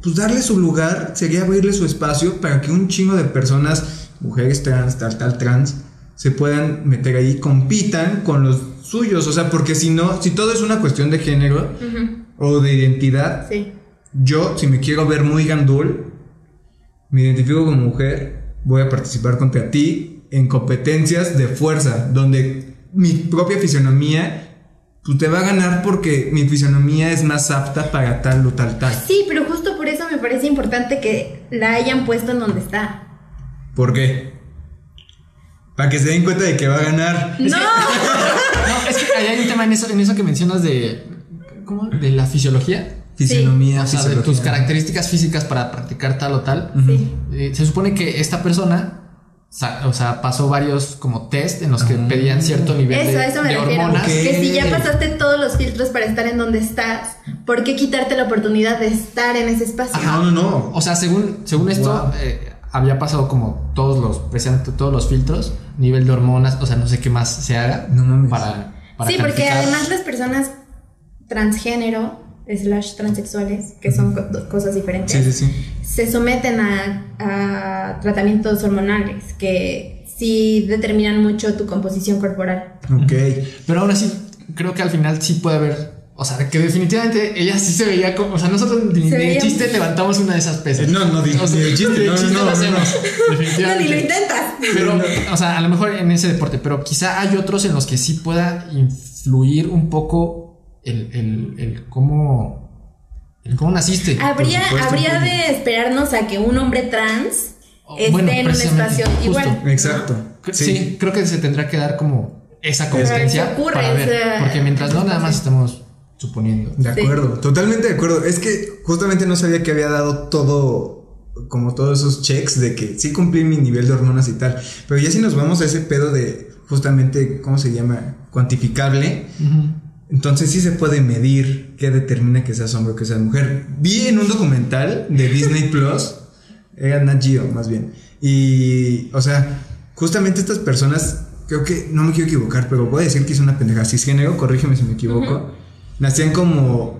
pues darle su lugar, sería abrirle su espacio para que un chingo de personas, mujeres trans, trans, se puedan meter ahí, compitan con los suyos. O sea, porque si no, si todo es una cuestión de género o de identidad, yo, si me quiero ver muy gandul, me identifico como mujer, voy a participar contra ti en competencias de fuerza, donde mi propia fisionomía pues te va a ganar porque mi fisionomía es más apta para tal o tal. Sí, pero justo por eso me parece importante que la hayan puesto en donde está. ¿Por qué? Para que se den cuenta de que va a ganar. ¡No! No, es que hay un tema en eso que mencionas de... ¿Cómo? De la fisiología. Fisionomía, O sea, de tus características físicas para practicar tal o tal. Se supone que esta persona... O sea, pasó varios como test en los que pedían cierto nivel de hormonas. Que si ya pasaste todos los filtros para estar en donde estás, ¿por qué quitarte la oportunidad de estar en ese espacio? No. O sea, según esto, había pasado como precisamente todos los filtros, nivel de hormonas, o sea, no sé qué más se haga para sí, calificar. porque además las personas transgénero / transexuales, que son cosas diferentes, se someten a tratamientos hormonales que sí determinan mucho tu composición corporal. Pero aún así, creo que al final sí puede haber, o sea, que definitivamente ella sí se veía como, o sea, nosotros ni de chiste levantamos una de esas pesas. No, ni de chiste, lo hacemos. No, ni lo intentas. Pero, o sea, a lo mejor en ese deporte, pero quizá hay otros en los que sí pueda influir un poco el cómo naciste. Habría de esperarnos a que un hombre trans esté en un espacio igual. Exacto. Sí, creo que se tendrá que dar como esa competencia para ver, porque mientras no, nada más estamos suponiendo. De acuerdo, totalmente de acuerdo. Es que justamente no sabía que había dado como todos esos checks de que sí cumplí mi nivel de hormonas y tal. Pero ya si nos vamos a ese pedo de justamente, ¿cómo se llama? Cuantificable. Entonces sí se puede medir qué determina que seas hombre o que seas mujer. Vi en un documental de Disney Plus, era Nat Geo más bien, y o sea, justamente estas personas, creo que, no me quiero equivocar, pero voy a decir que es una pendeja cisgénero, corrígeme si me equivoco, nacían como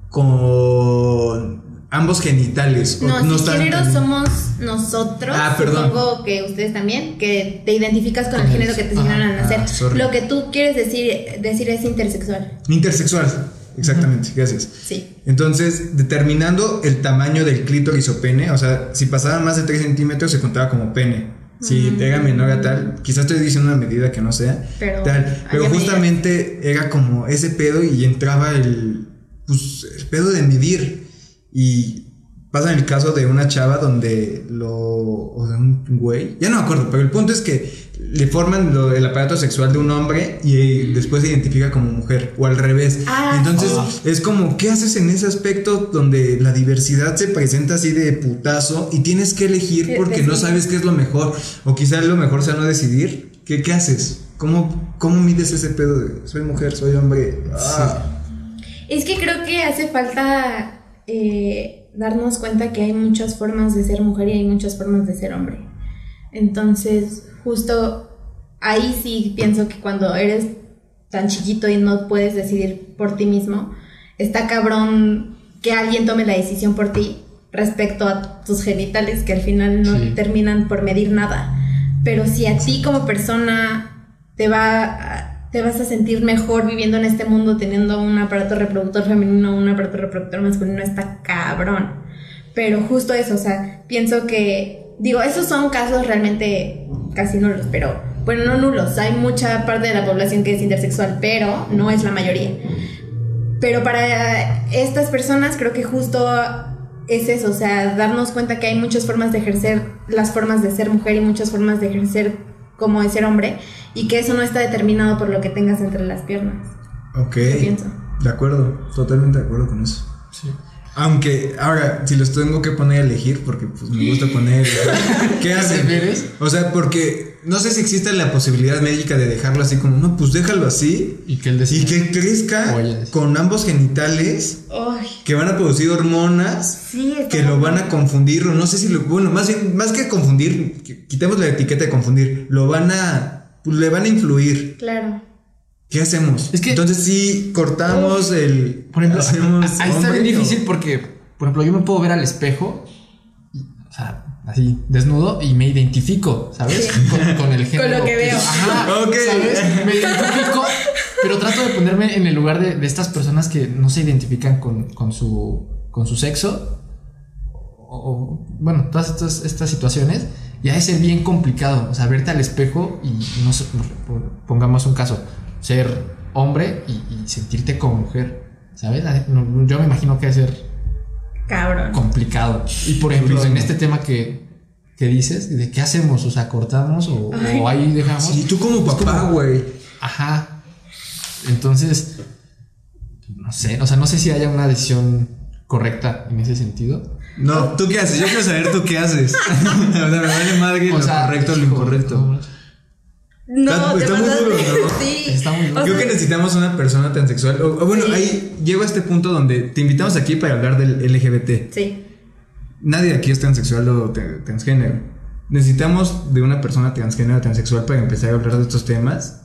con ambos genitales. No, cisgénero somos nosotros. Supongo que ustedes también, que te identificas con el género que te asignaron al nacer. Lo que tú quieres decir es intersexual. Intersexual, exactamente, gracias. Sí. Entonces, determinando el tamaño del clítoris o pene, o sea, si pasaba más de 3 centímetros se contaba como pene. Si era menor a tal, quizás estoy diciendo una medida que no sea, pero justamente era como ese pedo y entraba el pedo de medir. Y pasa en el caso de una chava o de un güey, ya no me acuerdo, pero el punto es que le forman el aparato sexual de un hombre y después se identifica como mujer, o al revés. Entonces es como, ¿qué haces en ese aspecto donde la diversidad se presenta así de putazo y tienes que elegir porque no sabes qué es lo mejor? O quizás lo mejor sea no decidir. ¿Qué haces? ¿Cómo mides ese pedo de soy mujer, soy hombre? Es que creo que hace falta darnos cuenta que hay muchas formas de ser mujer y hay muchas formas de ser hombre. Entonces, justo ahí sí pienso que cuando eres tan chiquito y no puedes decidir por ti mismo, está cabrón que alguien tome la decisión por ti respecto a tus genitales, que al final no terminan por medir nada. Pero si a ti como persona te vas a sentir mejor viviendo en este mundo teniendo un aparato reproductor femenino, un aparato reproductor masculino, está cabrón. Pero justo eso, o sea, pienso que, esos son casos realmente casi nulos, pero, bueno, no nulos, hay mucha parte de la población que es intersexual, pero no es la mayoría. Pero para estas personas creo que justo es eso, o sea, darnos cuenta que hay muchas formas de ejercer las formas de ser mujer y muchas formas de ejercer como de ser hombre, y que eso no está determinado por lo que tengas entre las piernas. Ok. Pienso. De acuerdo, totalmente de acuerdo con eso. Sí. Aunque, ahora, si los tengo que poner a elegir, porque pues me gusta poner, ¿qué hacen? O sea, porque no sé si existe la posibilidad médica de dejarlo así como, no, pues déjalo así y que él decida. Y que crezca con ambos genitales. Ay. Que van a producir hormonas que lo van a confundir, o no sé si más que confundir, quitemos la etiqueta de confundir, le van a influir. Claro. ¿Qué hacemos? Es que, entonces sí cortamos por ejemplo, ahí está bien difícil porque por ejemplo, yo me puedo ver al espejo, o sea, así, desnudo, y me identifico, ¿sabes? Con el género. Con lo que veo. Ajá, Ok. ¿sabes? Me identifico, pero trato de ponerme en el lugar de estas personas que no se identifican con su sexo, o bueno, todas estas situaciones, y ha de ser bien complicado, o sea, verte al espejo y no sé, pongamos un caso, ser hombre y sentirte como mujer, ¿sabes? Yo me imagino que ha de ser Cabrón. complicado. Y por ejemplo, en este tema que dices, ¿de qué hacemos? O sea, ¿cortamos o ahí dejamos? Sí, tú como papá, güey. Ajá. Entonces, no sé, o sea, no sé si haya una decisión correcta en ese sentido. No, ¿tú qué haces? Yo quiero saber tú qué haces. O sea, me vale madre lo correcto o lo incorrecto. No, Está muy pasaste. duro, ¿no? Sí. Está muy duro. O Creo sea, que necesitamos una persona transexual. O bueno, Sí. ahí llego a este punto donde te invitamos aquí para hablar del LGBT. Sí. Nadie aquí es transexual o transgénero. Necesitamos de una persona transgénero o transexual para empezar a hablar de estos temas.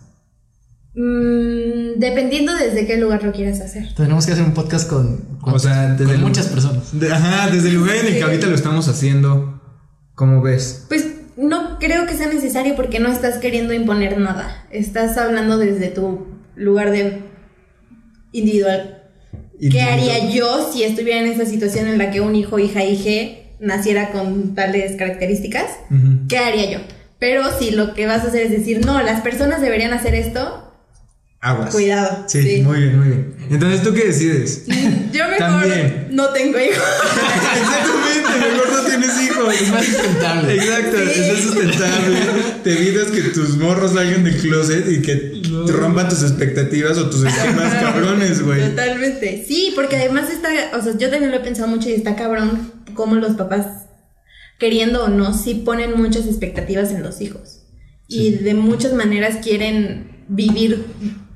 Dependiendo desde qué lugar lo quieras hacer. Tenemos que hacer un podcast con O sea, desde con el- muchas personas. Desde el lugar en el que ahorita lo estamos haciendo. ¿Cómo ves? Pues no creo que sea necesario porque no estás queriendo imponer nada. Estás hablando desde tu lugar de individual. ¿Qué haría yo si estuviera en esa situación en la que un hijo, hija, hije naciera con tales características? Ujú. ¿Qué haría yo? Pero si lo que vas a hacer es decir, no, las personas deberían hacer esto, Aguas. cuidado. Sí, muy bien, muy bien. Entonces, ¿tú qué decides? Yo mejor También. no tengo hijos. Exactamente, mejor no tienes hijos. Es más sustentable. Exacto, Sí. es sustentable. Te evitas que tus morros salgan del closet y que te rompan tus expectativas o tus esquemas cabrones, güey. Totalmente. Sí, porque además está, o sea, yo también lo he pensado mucho y está cabrón cómo los papás, queriendo o no, sí ponen muchas expectativas en los hijos. Y de muchas maneras quieren vivir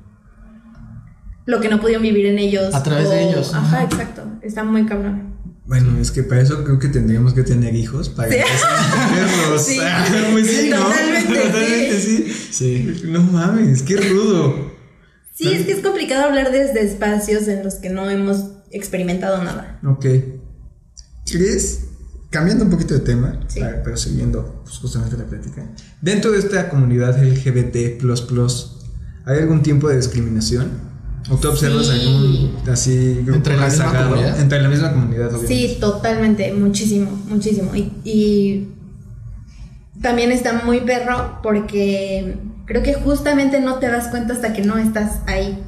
lo que no pudieron vivir en ellos. A través de ellos. Ajá, exacto. Está muy cabrón. Bueno, es que para eso creo que tendríamos que tener hijos para Sí. empezar a entenderlos. Sí. Pues sí, ¿no? Totalmente, sí. Sí. No mames, qué rudo. Sí, es que es complicado hablar desde espacios en los que no hemos experimentado nada. Ok. ¿Crees? Cambiando un poquito de tema, Sí. pero siguiendo pues, justamente la plática. Dentro de esta comunidad LGBT, ¿hay algún tipo de discriminación? ¿O tú observas Sí. algún así grupo ¿Entre la misma rezagado? comunidad? Entre la misma comunidad, obviamente. Sí, totalmente, muchísimo, muchísimo. Y también está muy perro porque creo que justamente no te das cuenta hasta que no estás ahí.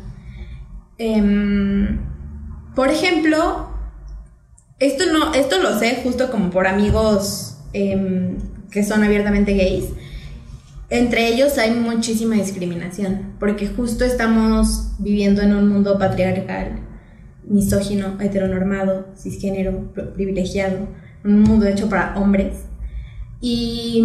Por ejemplo, esto lo sé justo como por amigos que son abiertamente gays. Entre ellos hay muchísima discriminación, porque justo estamos viviendo en un mundo patriarcal, misógino, heteronormado, cisgénero, privilegiado, un mundo hecho para hombres. Y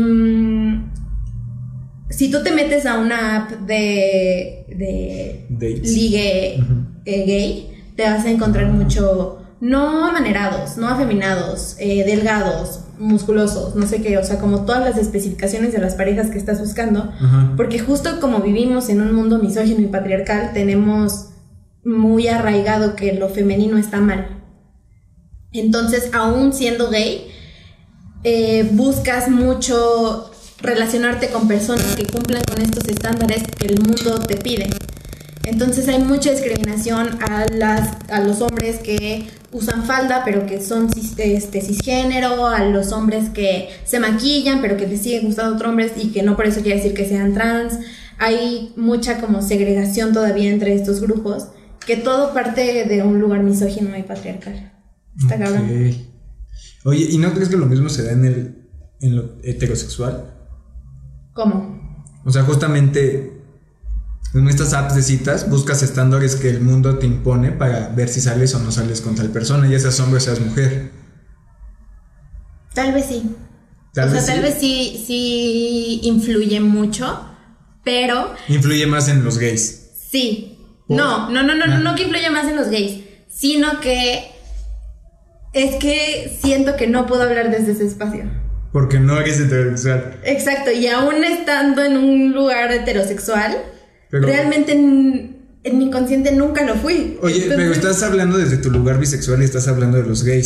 si tú te metes a una app de Dates. ligue gay, te vas a encontrar mucho, no amanerados, no afeminados, delgados, musculosos, no sé qué, o sea, como todas las especificaciones de las parejas que estás buscando, Ajá. porque justo como vivimos en un mundo misógino y patriarcal, tenemos muy arraigado que lo femenino está mal. Entonces, aún siendo gay, buscas mucho relacionarte con personas que cumplan con estos estándares que el mundo te pide. Entonces hay mucha discriminación a los hombres que usan falda pero que son cisgénero, a los hombres que se maquillan pero que les sigue gustando otros hombres y que no por eso quiere decir que sean trans. Hay mucha como segregación todavía entre estos grupos, que todo parte de un lugar misógino y patriarcal. Está cabrón. Ok. Oye, ¿y no crees que lo mismo se da en lo heterosexual? ¿Cómo? O sea, justamente en estas apps de citas buscas estándares que el mundo te impone para ver si sales o no sales con tal persona, ya seas hombre o seas mujer. Tal vez sí. Tal vez sí influye mucho, pero influye más en los gays. sí. ¿Por? No que influya más en los gays, sino que es que siento que no puedo hablar desde ese espacio. Porque no eres heterosexual. Exacto, y aún estando en un lugar heterosexual, Pero- realmente en mi consciente nunca lo fui. Oye, Entonces, pero estás hablando desde tu lugar bisexual y estás hablando de los gays.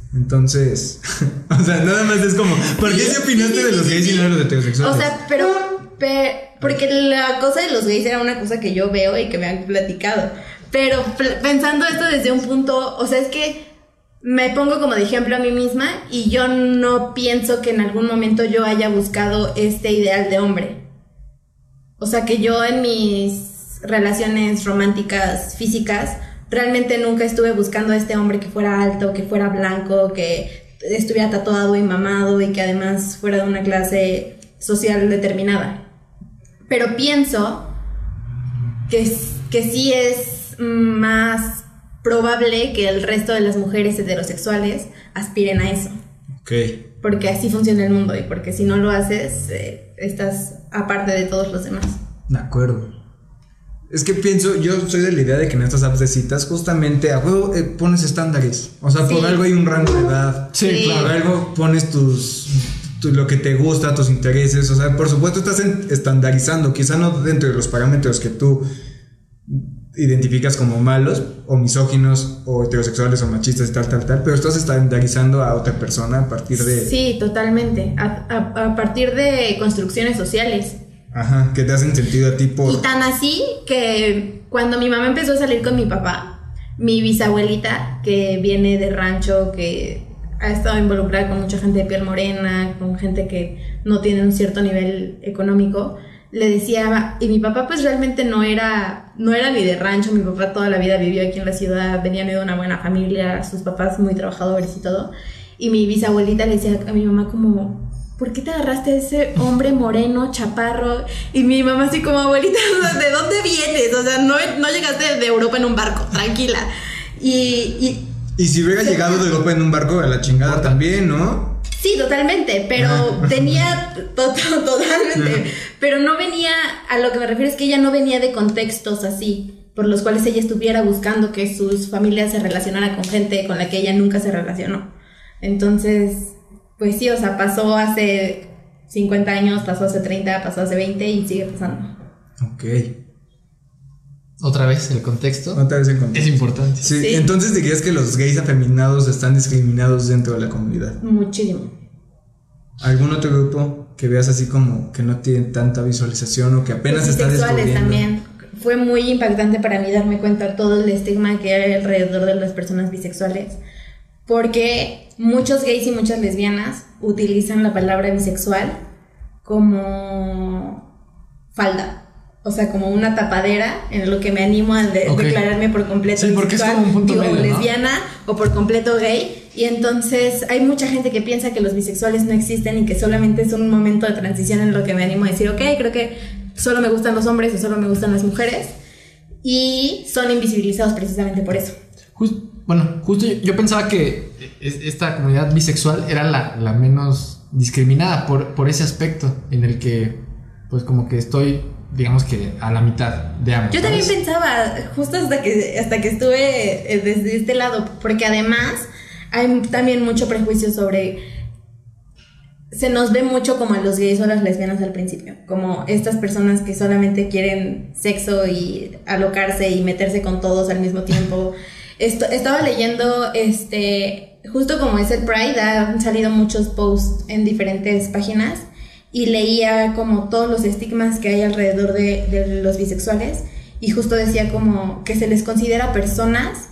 Entonces, o sea, nada más es como, ¿por qué sí opinaste de los gays y no de los heterosexuales? O sea, pero porque la cosa de los gays era una cosa que yo veo y que me han platicado. Pero pensando esto desde un punto, o sea, es que me pongo como de ejemplo a mí misma y yo no pienso que en algún momento yo haya buscado este ideal de hombre. O sea, que yo en mis relaciones románticas físicas realmente nunca estuve buscando a este hombre que fuera alto, que fuera blanco, que estuviera tatuado y mamado y que además fuera de una clase social determinada. Pero pienso que sí es más probable que el resto de las mujeres heterosexuales aspiren a eso. Ok. Porque así funciona el mundo y porque si no lo haces, estás aparte de todos los demás. De acuerdo. Es que pienso, yo soy de la idea de que en estas apps de citas justamente a juego pones estándares. O sea, por algo hay un rango de edad. Sí, claro. Por algo pones lo que te gusta, tus intereses. O sea, por supuesto estás estandarizando, quizá no dentro de los parámetros que tú identificas como malos o misóginos o heterosexuales o machistas y tal, pero estás estandarizando a otra persona a partir de... Sí, totalmente. A partir de construcciones sociales. Ajá, que te hacen sentido a ti por... Y tan así que cuando mi mamá empezó a salir con mi papá, mi bisabuelita, que viene de rancho, que ha estado involucrada con mucha gente de piel morena, con gente que no tiene un cierto nivel económico, le decía, y mi papá pues realmente no era ni de rancho, mi papá toda la vida vivió aquí en la ciudad, venía de una buena familia, sus papás muy trabajadores y todo, y mi bisabuelita le decía a mi mamá como... ¿Por qué te agarraste a ese hombre moreno, chaparro? Y mi mamá así como, abuelita, ¿de dónde vienes? O sea, no llegaste de Europa en un barco, tranquila. Y si hubiera llegado de Europa en un barco, a la chingada también, ¿no? Sí, totalmente, pero tenía totalmente, pero no venía, a lo que me refiero es que ella no venía de contextos así, por los cuales ella estuviera buscando que sus familias se relacionaran con gente con la que ella nunca se relacionó. Entonces... Pues sí, o sea, pasó hace 50 años, pasó hace 30, pasó hace 20 y sigue pasando. Ok. Otra vez el contexto. Otra vez el contexto. Es importante. Sí, Sí. Entonces dirías que los gays afeminados están discriminados dentro de la comunidad. Muchísimo. ¿Algún otro grupo que veas así como que no tiene tanta visualización o que apenas Los está bisexuales descubriendo? también. Fue muy impactante para mí darme cuenta de todo el estigma que hay alrededor de las personas bisexuales. Porque muchos gays y muchas lesbianas utilizan la palabra bisexual como falda. O sea, como una tapadera en lo que me animo a declararme por completo sí, porque bisexual, es como un punto medio, lesbiana, ¿no? O por completo gay. Y entonces hay mucha gente que piensa que los bisexuales no existen y que solamente es un momento de transición en lo que me animo a decir, ok, creo que solo me gustan los hombres o solo me gustan las mujeres. Y son invisibilizados precisamente por eso. Justo yo pensaba que esta comunidad bisexual era la menos discriminada por ese aspecto en el que pues como que estoy, digamos que a la mitad de ambos. Yo también pensaba, justo hasta que estuve desde este lado, porque además hay también mucho prejuicio sobre... Se nos ve mucho como a los gays o a las lesbianas al principio, como estas personas que solamente quieren sexo y alocarse y meterse con todos al mismo tiempo. Estaba leyendo, justo como es el Pride, han salido muchos posts en diferentes páginas y leía como todos los estigmas que hay alrededor de los bisexuales y justo decía como que se les considera personas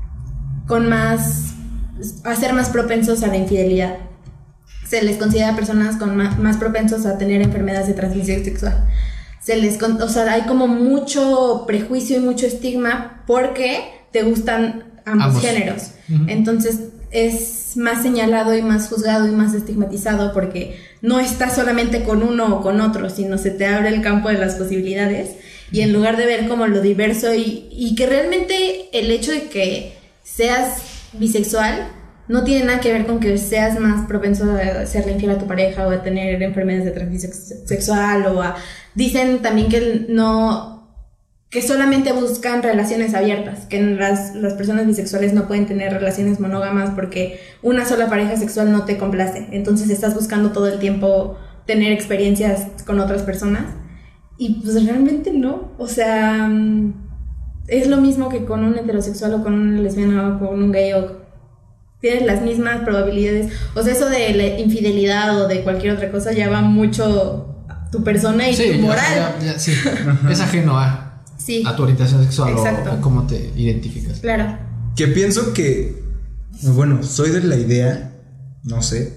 a ser más propensos a la infidelidad. Se les considera personas más propensos a tener enfermedades de transmisión sexual. O sea, hay como mucho prejuicio y mucho estigma porque te gustan ambos géneros. Uh-huh. Entonces es más señalado y más juzgado y más estigmatizado porque no estás solamente con uno o con otro, sino se te abre el campo de las posibilidades y en lugar de ver como lo diverso y que realmente el hecho de que seas bisexual no tiene nada que ver con que seas más propenso a serle infiel a tu pareja o a tener enfermedades de transmisión sexual dicen también que solamente buscan relaciones abiertas, que las personas bisexuales no pueden tener relaciones monógamas porque una sola pareja sexual no te complace, entonces estás buscando todo el tiempo tener experiencias con otras personas y pues realmente no, o sea, es lo mismo que con un heterosexual o con una lesbiana o con un gay tienes las mismas probabilidades. O sea, eso de la infidelidad o de cualquier otra cosa ya va mucho a tu persona y tu moral. Sí. Es ajeno a tu orientación sexual o a cómo te identificas. Claro. Que pienso que, bueno, soy de la idea, no sé,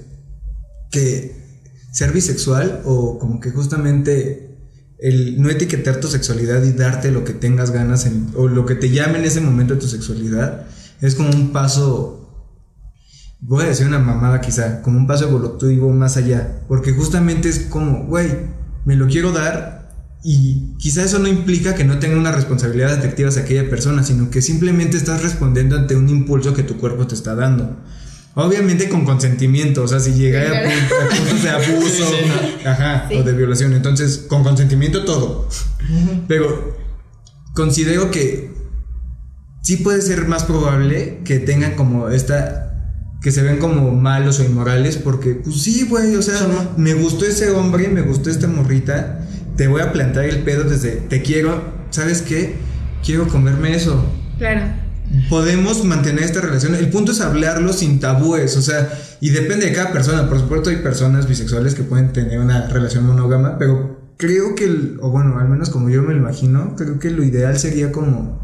que ser bisexual o como que justamente el no etiquetar tu sexualidad y darte lo que tengas ganas o lo que te llame en ese momento de tu sexualidad es como un paso, voy a decir una mamada quizá, como un paso evolutivo más allá, porque justamente es como, güey, me lo quiero dar y quizá eso no implica que no tenga una responsabilidad afectiva hacia aquella persona, sino que simplemente estás respondiendo ante un impulso que tu cuerpo te está dando. Obviamente con consentimiento, o sea, si llega a puntos de abuso, o de violación, entonces con consentimiento todo. Pero considero que sí puede ser más probable que tengan como que se ven como malos o inmorales, porque pues sí, güey, o sea, me gustó ese hombre, me gustó esta morrita, te voy a plantar el pedo desde te quiero, ¿sabes qué? Quiero comerme eso. Claro. Podemos mantener esta relación. El punto es hablarlo sin tabúes, o sea, y depende de cada persona. Por supuesto hay personas bisexuales que pueden tener una relación monógama, pero creo que o bueno, al menos como yo me lo imagino, creo que lo ideal sería como,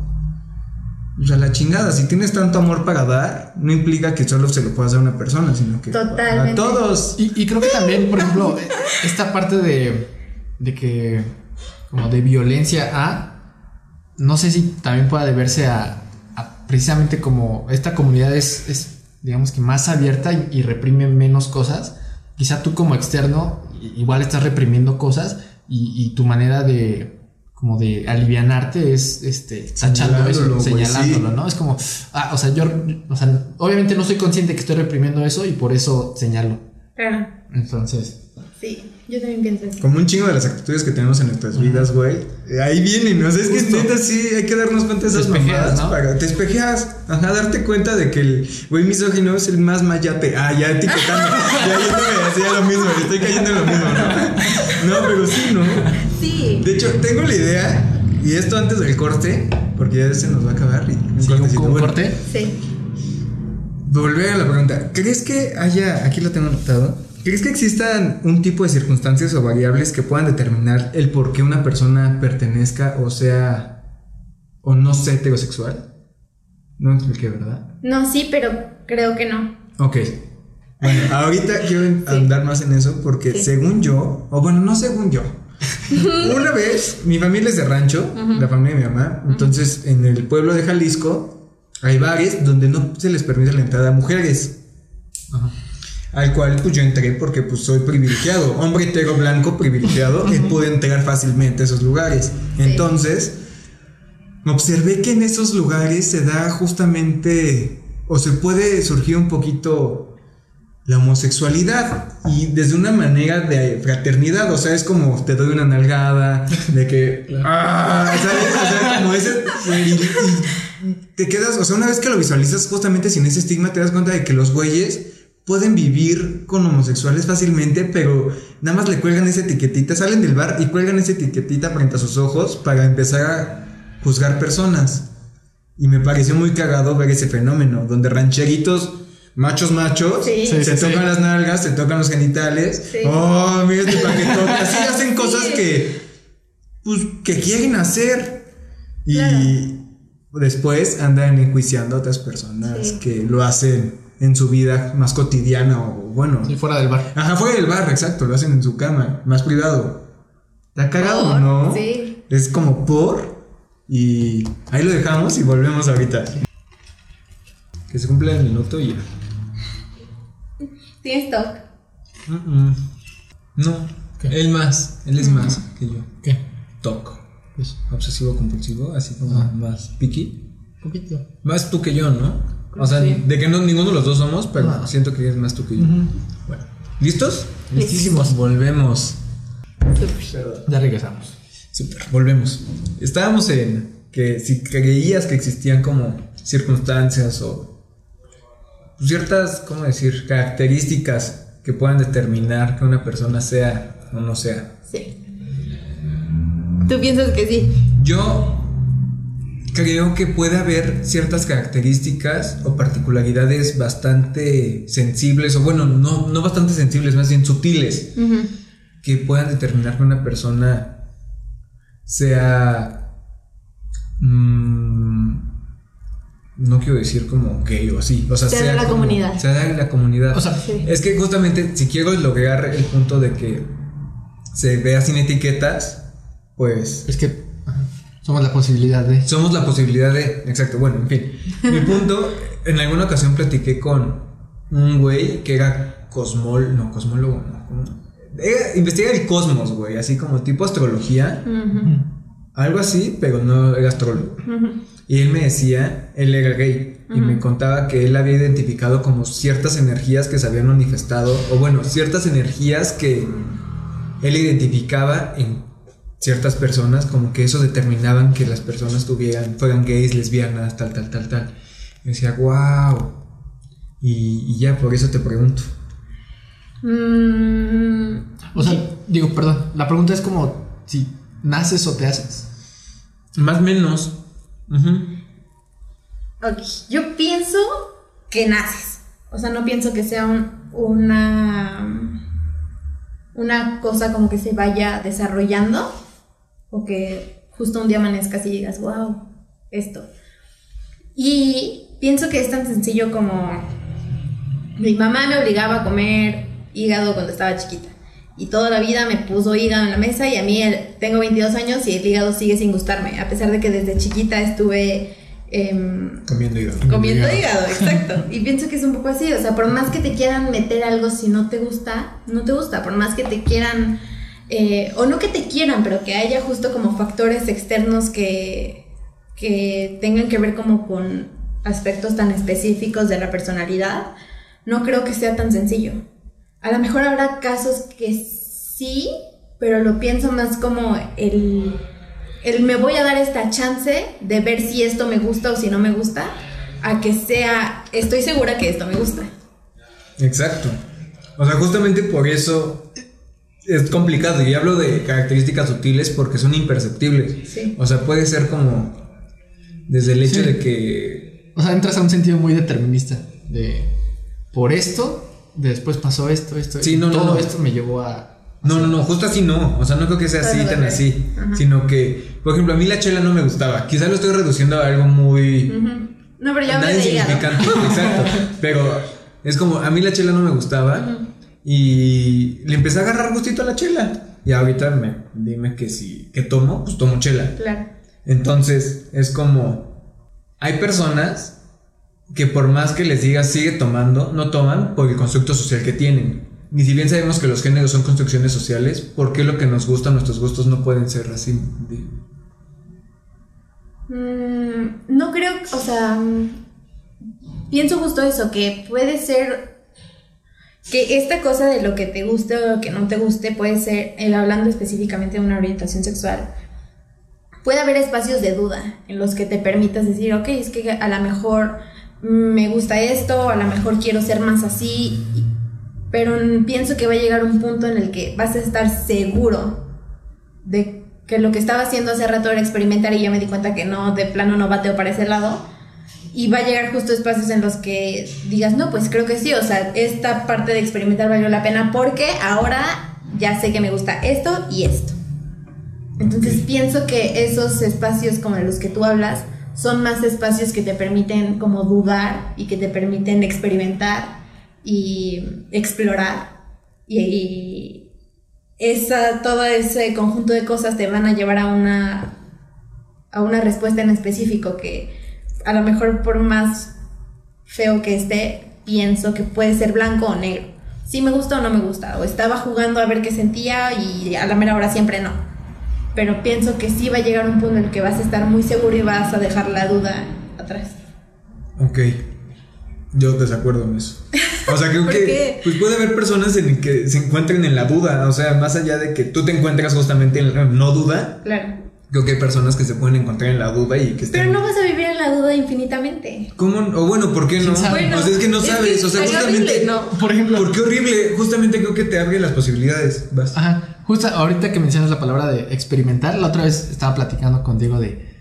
o sea, la chingada, si tienes tanto amor para dar, no implica que solo se lo puedas dar a una persona, sino que totalmente. A todos. Y creo que también, por ejemplo, esta parte de que como de violencia no sé si también pueda deberse a precisamente como esta comunidad es digamos que más abierta y reprime menos cosas. Quizá tú como externo igual estás reprimiendo cosas y tu manera de como de alivianarte es tachando eso, señalándolo, ¿no? Es como, o sea, obviamente no soy consciente que estoy reprimiendo eso y por eso señalo. Claro. Entonces, sí, yo también pienso así. Como un chingo de las actitudes que tenemos en nuestras vidas, güey. Ahí vienen, ¿no? O sea, es que neta sí, hay que darnos cuenta de esas mamadas, ¿no? Te espejeas, darte cuenta de que el güey misógino es el más mayate. Ya etiquetando. Ya me hacía lo mismo, estoy cayendo en lo mismo, ¿no? No, pero sí, ¿no? Sí. De hecho, tengo la idea, y esto antes del corte, porque ya se nos va a acabar. ¿Un corte? Sí. Volver a la pregunta, ¿crees que aquí lo tengo anotado, ¿crees que existan un tipo de circunstancias o variables que puedan determinar el por qué una persona pertenezca o sea o no sea heterosexual? No me expliqué, ¿verdad? No, sí, pero creo que no. Ok. Bueno, ahorita quiero andar más en eso porque según yo, o bueno, no según yo, una vez, mi familia es de rancho, la familia de mi mamá, entonces en el pueblo de Jalisco hay bares donde no se les permite la entrada a mujeres. Al cual pues yo entré porque pues soy privilegiado, hombre hetero blanco privilegiado, que pude entrar fácilmente a esos lugares. Entonces observé que en esos lugares se da justamente, o se puede surgir un poquito la homosexualidad, y desde una manera de fraternidad, o sea, es como te doy una nalgada, de que ¿sabes? O sea, como ese y te quedas, o sea, una vez que lo visualizas justamente sin ese estigma, te das cuenta de que los güeyes pueden vivir con homosexuales fácilmente, pero nada más le cuelgan esa etiquetita, salen del bar y cuelgan esa etiquetita frente a sus ojos para empezar a juzgar personas. Y me pareció muy cagado ver ese fenómeno, donde rancheritos machos se tocan las nalgas, se tocan los genitales. Mira este paquetote. Así hacen cosas que quieren hacer. Y después andan enjuiciando a otras personas que lo hacen en su vida más cotidiana o bueno. Sí, fuera del bar. Fuera del bar, exacto. Lo hacen en su cama, más privado. ¿Está cagado, no? Sí. Es como y ahí lo dejamos y volvemos ahorita. Que se cumpla el minuto y ya. ¿Tienes TOC? No. ¿Qué? Él es más que yo. ¿Qué? TOC. Pues obsesivo compulsivo, así como más picky. Poquito. Más tú que yo, ¿no? O sea, de que ninguno de los dos somos, pero siento que eres más tú que yo. Bueno, ¿listos? Listísimos. Volvemos. Ya regresamos. Super, volvemos. Estábamos en que si creías que existían como circunstancias o ciertas, ¿cómo decir?, características que puedan determinar que una persona sea o no sea. Sí. ¿Tú piensas que sí? Yo creo que puede haber ciertas características o particularidades bastante sensibles, o bueno, no bastante sensibles, más bien sutiles, que puedan determinar que una persona sea... no quiero decir como gay o así, o sea, sea de la comunidad. Sea de la comunidad. O sea, sí. Es que justamente si quiero lograr el punto de que se vea sin etiquetas, pues es que somos la posibilidad de. Somos la posibilidad de. Exacto, bueno, en fin. Mi punto, en alguna ocasión platiqué con un güey que era cosmólogo, no. Investiga el cosmos, güey, así como tipo astrología. Algo así, pero no era astrólogo. Y él me decía, él era gay, y me contaba que él había identificado como ciertas energías que se habían manifestado, o bueno, ciertas energías que él identificaba en ciertas personas, como que eso determinaban que las personas fueran gays, lesbianas, tal. Y decía, wow. Y ya, por eso te pregunto. O sea, digo, perdón, la pregunta es como si naces o te haces. Más o menos. Ok, yo pienso que naces. O sea, no pienso que sea una cosa como que se vaya desarrollando, o que justo un día amanezcas y digas, wow, esto. Y pienso que es tan sencillo como mi mamá me obligaba a comer hígado cuando estaba chiquita, y toda la vida me puso hígado en la mesa, y a mí tengo 22 años y el hígado sigue sin gustarme, a pesar de que desde chiquita estuve comiendo hígado. Comiendo hígado, exacto. Y pienso que es un poco así, o sea, por más que te quieran meter algo, si no te gusta, no te gusta. Por más que te quieran, o no que te quieran, pero que haya justo como factores externos que tengan que ver como con aspectos tan específicos de la personalidad, no creo que sea tan sencillo. A lo mejor habrá casos que sí, pero lo pienso más como el me voy a dar esta chance de ver si esto me gusta o si no me gusta, a que sea, estoy segura que esto me gusta. Exacto. O sea, justamente por eso es complicado, y hablo de características sutiles porque son imperceptibles. Sí. O sea, puede ser como desde el hecho de que... O sea, entras a un sentido muy determinista de por esto, después pasó esto, sí, todo esto me llevó a... No, justo así no. O sea, no creo que sea así, tan así. Sino que, por ejemplo, a mí la chela no me gustaba. Quizás lo estoy reduciendo a algo muy... No, pero ya nada insignificante. Exacto. Pero es como, a mí la chela no me gustaba. Y le empecé a agarrar gustito a la chela. Y ahorita dime que si que tomo, pues tomo chela. Claro. Entonces, es como, hay personas que por más que les digas sigue tomando, no toman por el constructo social que tienen. Y si bien sabemos que los géneros son construcciones sociales, ¿por qué lo que nos gusta, nuestros gustos no pueden ser así? No creo, o sea, pienso justo eso, que puede ser que esta cosa de lo que te guste o lo que no te guste puede ser, hablando específicamente de una orientación sexual, puede haber espacios de duda en los que te permitas decir, ok, es que a lo mejor me gusta esto, a lo mejor quiero ser más así. Pero pienso que va a llegar un punto en el que vas a estar seguro de que lo que estaba haciendo hace rato era experimentar, y ya me di cuenta que no, de plano no bateo para ese lado. Y va a llegar justo espacios en los que digas, no, pues creo que sí, o sea, esta parte de experimentar valió la pena porque ahora ya sé que me gusta esto y esto. Entonces pienso que esos espacios como de los que tú hablas son más espacios que te permiten como dudar y que te permiten experimentar y explorar, y todo ese conjunto de cosas te van a llevar a una respuesta en específico que a lo mejor, por más feo que esté, pienso que puede ser blanco o negro, si me gusta o no me gusta, o estaba jugando a ver qué sentía y a la mera hora siempre no, pero pienso que sí va a llegar un punto en el que vas a estar muy seguro y vas a dejar la duda atrás. Ok. Yo desacuerdo en eso. O sea, creo que pues puede haber personas en que se encuentren en la duda. O sea, más allá de que tú te encuentras justamente en la no duda. Claro. Creo que hay personas que se pueden encontrar en la duda y que estén... Pero no vas a vivir en la duda infinitamente. ¿Cómo? O bueno, ¿por qué no? Bueno, o sea, es que no sabes. O sea, justamente... Horrible, ¿no? Por ejemplo... ¿Por qué horrible? Justamente creo que te abre las posibilidades. Vas. Ajá. Justo ahorita que mencionas la palabra de experimentar, la otra vez estaba platicando con Diego de...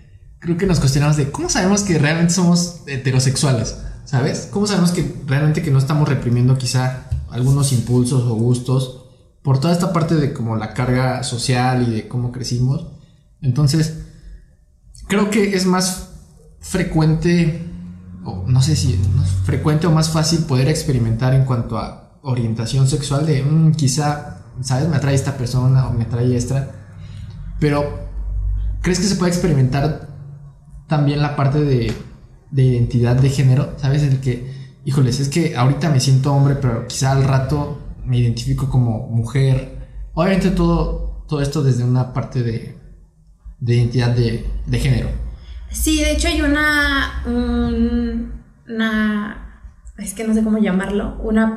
creo que nos cuestionamos de cómo sabemos que realmente somos heterosexuales, ¿sabes? ¿Cómo sabemos que realmente que no estamos reprimiendo quizá algunos impulsos o gustos por toda esta parte de como la carga social y de cómo crecimos? Entonces, creo que es más frecuente, o no sé si no es frecuente o más fácil poder experimentar en cuanto a orientación sexual de quizá, ¿sabes? Me atrae esta persona o me atrae esta. Pero, ¿crees que se puede experimentar también la parte de identidad de género? ¿Sabes? El que, híjoles, es que ahorita me siento hombre, pero quizá al rato me identifico como mujer. Obviamente todo esto desde una parte de identidad de género. Sí, de hecho hay una es que no sé cómo llamarlo,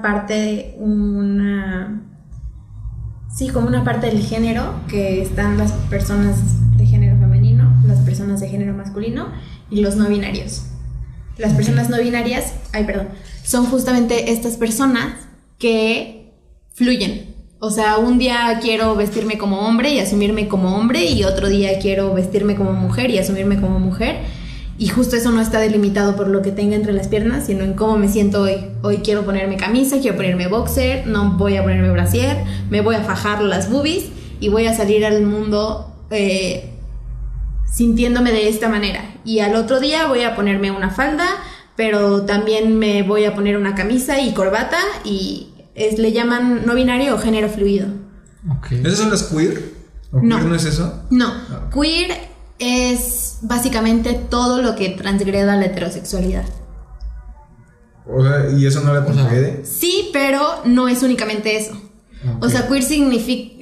sí, como una parte del género, que están las personas de género femenino, las personas de género masculino y los no binarios. Las personas no binarias, son justamente estas personas que fluyen. O sea, un día quiero vestirme como hombre y asumirme como hombre, y otro día quiero vestirme como mujer y asumirme como mujer. Y justo eso no está delimitado por lo que tenga entre las piernas, sino en cómo me siento hoy. Hoy quiero ponerme camisa, quiero ponerme boxer, no voy a ponerme brasier, me voy a fajar las boobies y voy a salir al mundo sintiéndome de esta manera. Y al otro día voy a ponerme una falda, pero también me voy a poner una camisa y corbata, y le llaman no binario o género fluido. Okay. ¿Esas son las queer? ¿O no. ¿Queer no es eso? No, queer es básicamente todo lo que transgreda la heterosexualidad. O sea, ¿y eso no la transgrede? Sí, pero no es únicamente eso. Okay. O sea, queer significa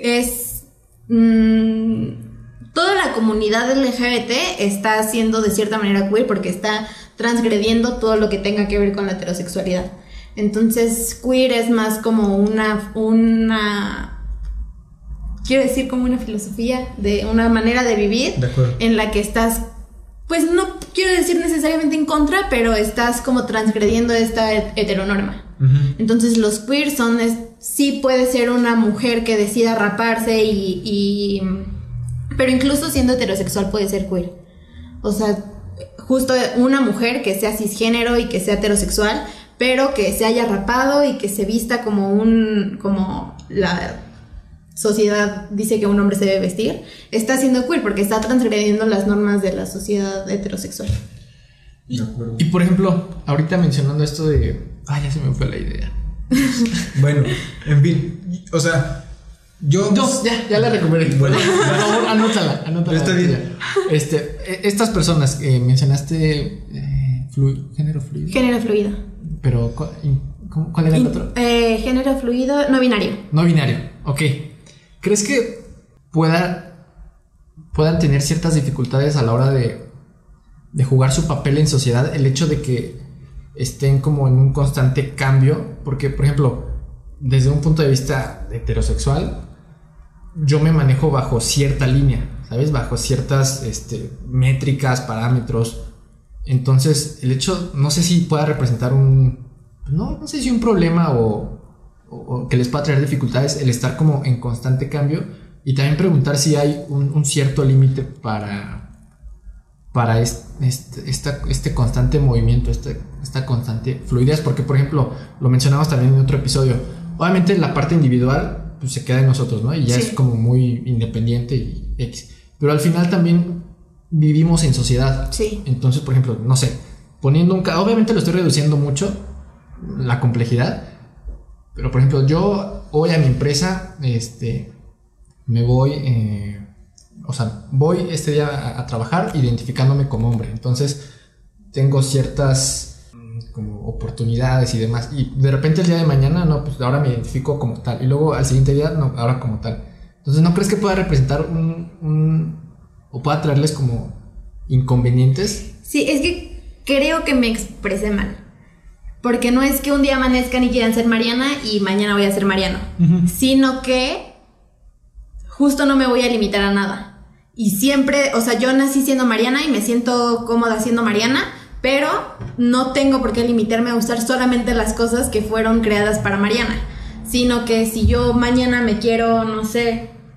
toda la comunidad LGBT está siendo de cierta manera queer porque está transgrediendo todo lo que tenga que ver con la heterosexualidad. Entonces, queer es más como quiero decir como una filosofía, de una manera de vivir en la que estás, pues no quiero decir necesariamente en contra, pero estás como transgrediendo esta heteronorma. Uh-huh. Entonces los queer sí puede ser una mujer que decida raparse pero incluso siendo heterosexual puede ser queer. O sea, justo una mujer que sea cisgénero y que sea heterosexual, pero que se haya rapado y que se vista como la sociedad dice que un hombre se debe vestir, está siendo queer porque está transgrediendo las normas de la sociedad heterosexual. Y por ejemplo, ahorita mencionando esto de... ya se me fue la idea. Bueno, en fin, o sea, ya la recuperé. Bueno, por favor, anótala. Está bien. Estas personas que mencionaste, género fluido. Género fluido. Pero, ¿cuál era el otro? Género fluido, no binario. No binario, ok. ¿Crees que puedan tener ciertas dificultades a la hora de jugar su papel en sociedad, el hecho de que estén como en un constante cambio? Porque, por ejemplo, desde un punto de vista heterosexual, yo me manejo bajo cierta línea, ¿sabes? Bajo ciertas métricas, parámetros. Entonces, el hecho, no sé si pueda representar no sé si un problema o que les pueda traer dificultades el estar como en constante cambio, y también preguntar si hay un cierto límite para este constante movimiento, esta constante fluidez, porque por ejemplo lo mencionamos también en otro episodio, obviamente la parte individual pues se queda en nosotros, ¿no? Y ya sí, es como muy independiente y X, pero al final también vivimos en sociedad. Sí. Entonces, por ejemplo, no sé, poniendo obviamente lo estoy reduciendo mucho la complejidad, pero por ejemplo yo voy a mi empresa, me voy voy este día a trabajar identificándome como hombre, entonces tengo ciertas como oportunidades y demás, y de repente el día de mañana no, pues ahora me identifico como tal, y luego al siguiente día no, ahora como tal. Entonces, ¿no crees que pueda representar o pueda traerles como inconvenientes? Sí, es que creo que me expresé mal. Porque no es que un día amanezcan y quieran ser Mariana y mañana voy a ser Mariano. Uh-huh. Sino que justo no me voy a limitar a nada. Y siempre, o sea, yo nací siendo Mariana y me siento cómoda siendo Mariana, pero no tengo por qué limitarme a usar solamente las cosas que fueron creadas para Mariana. Sino que si yo mañana me quiero, no sé,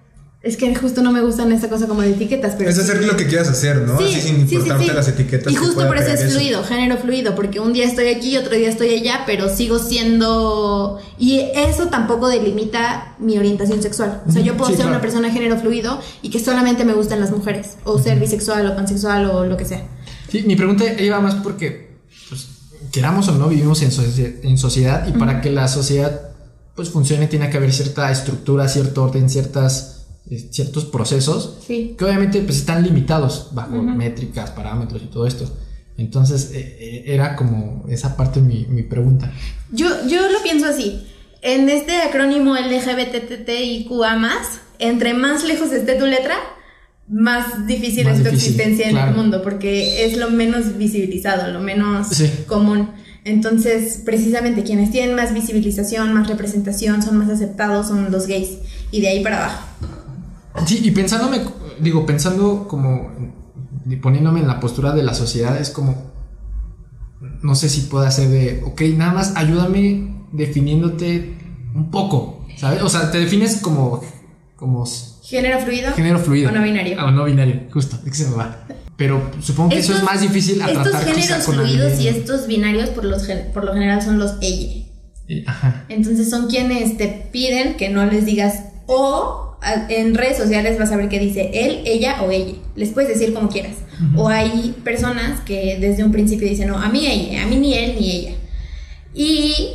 Es que justo no me gustan esa cosa como de etiquetas, pero es hacer lo que quieras hacer, ¿no? Sí, así sin importarte las etiquetas. Y justo por eso es fluido, género fluido, porque un día estoy aquí, otro día estoy allá, pero sigo siendo... Y eso tampoco delimita mi orientación sexual. O sea, yo puedo ser una persona de género fluido y que solamente me gustan las mujeres, o ser bisexual o pansexual o lo que sea. Sí, mi pregunta iba más porque, pues, queramos o no, vivimos en sociedad, y para que la sociedad pues funcione tiene que haber cierta estructura, cierto orden, ciertos procesos que obviamente pues están limitados bajo métricas, parámetros y todo esto. Entonces era como esa parte de mi pregunta. Yo lo pienso así. En este acrónimo LGBTTIQA+, entre más lejos esté tu letra, más difícil es tu existencia en el mundo, porque es lo menos visibilizado, lo menos común. Entonces, precisamente quienes tienen más visibilización, más representación, son más aceptados, son los gays, y de ahí para abajo. Sí, y pensando como, poniéndome en la postura de la sociedad, es como, no sé si puedo hacer de, ok, nada más ayúdame definiéndote un poco, ¿sabes? O sea, te defines como género fluido o no binario. O no binario, justo, es que se me va. Pero supongo que eso es más difícil a tratar quizá con estos géneros fluidos y estos binarios por lo general son los ella. Ajá. Entonces son quienes te piden que no les digas o en redes sociales vas a ver que dice él, ella o ella. Les puedes decir como quieras. O hay personas que desde un principio dicen no, a mí ella, a mí ni él ni ella. Y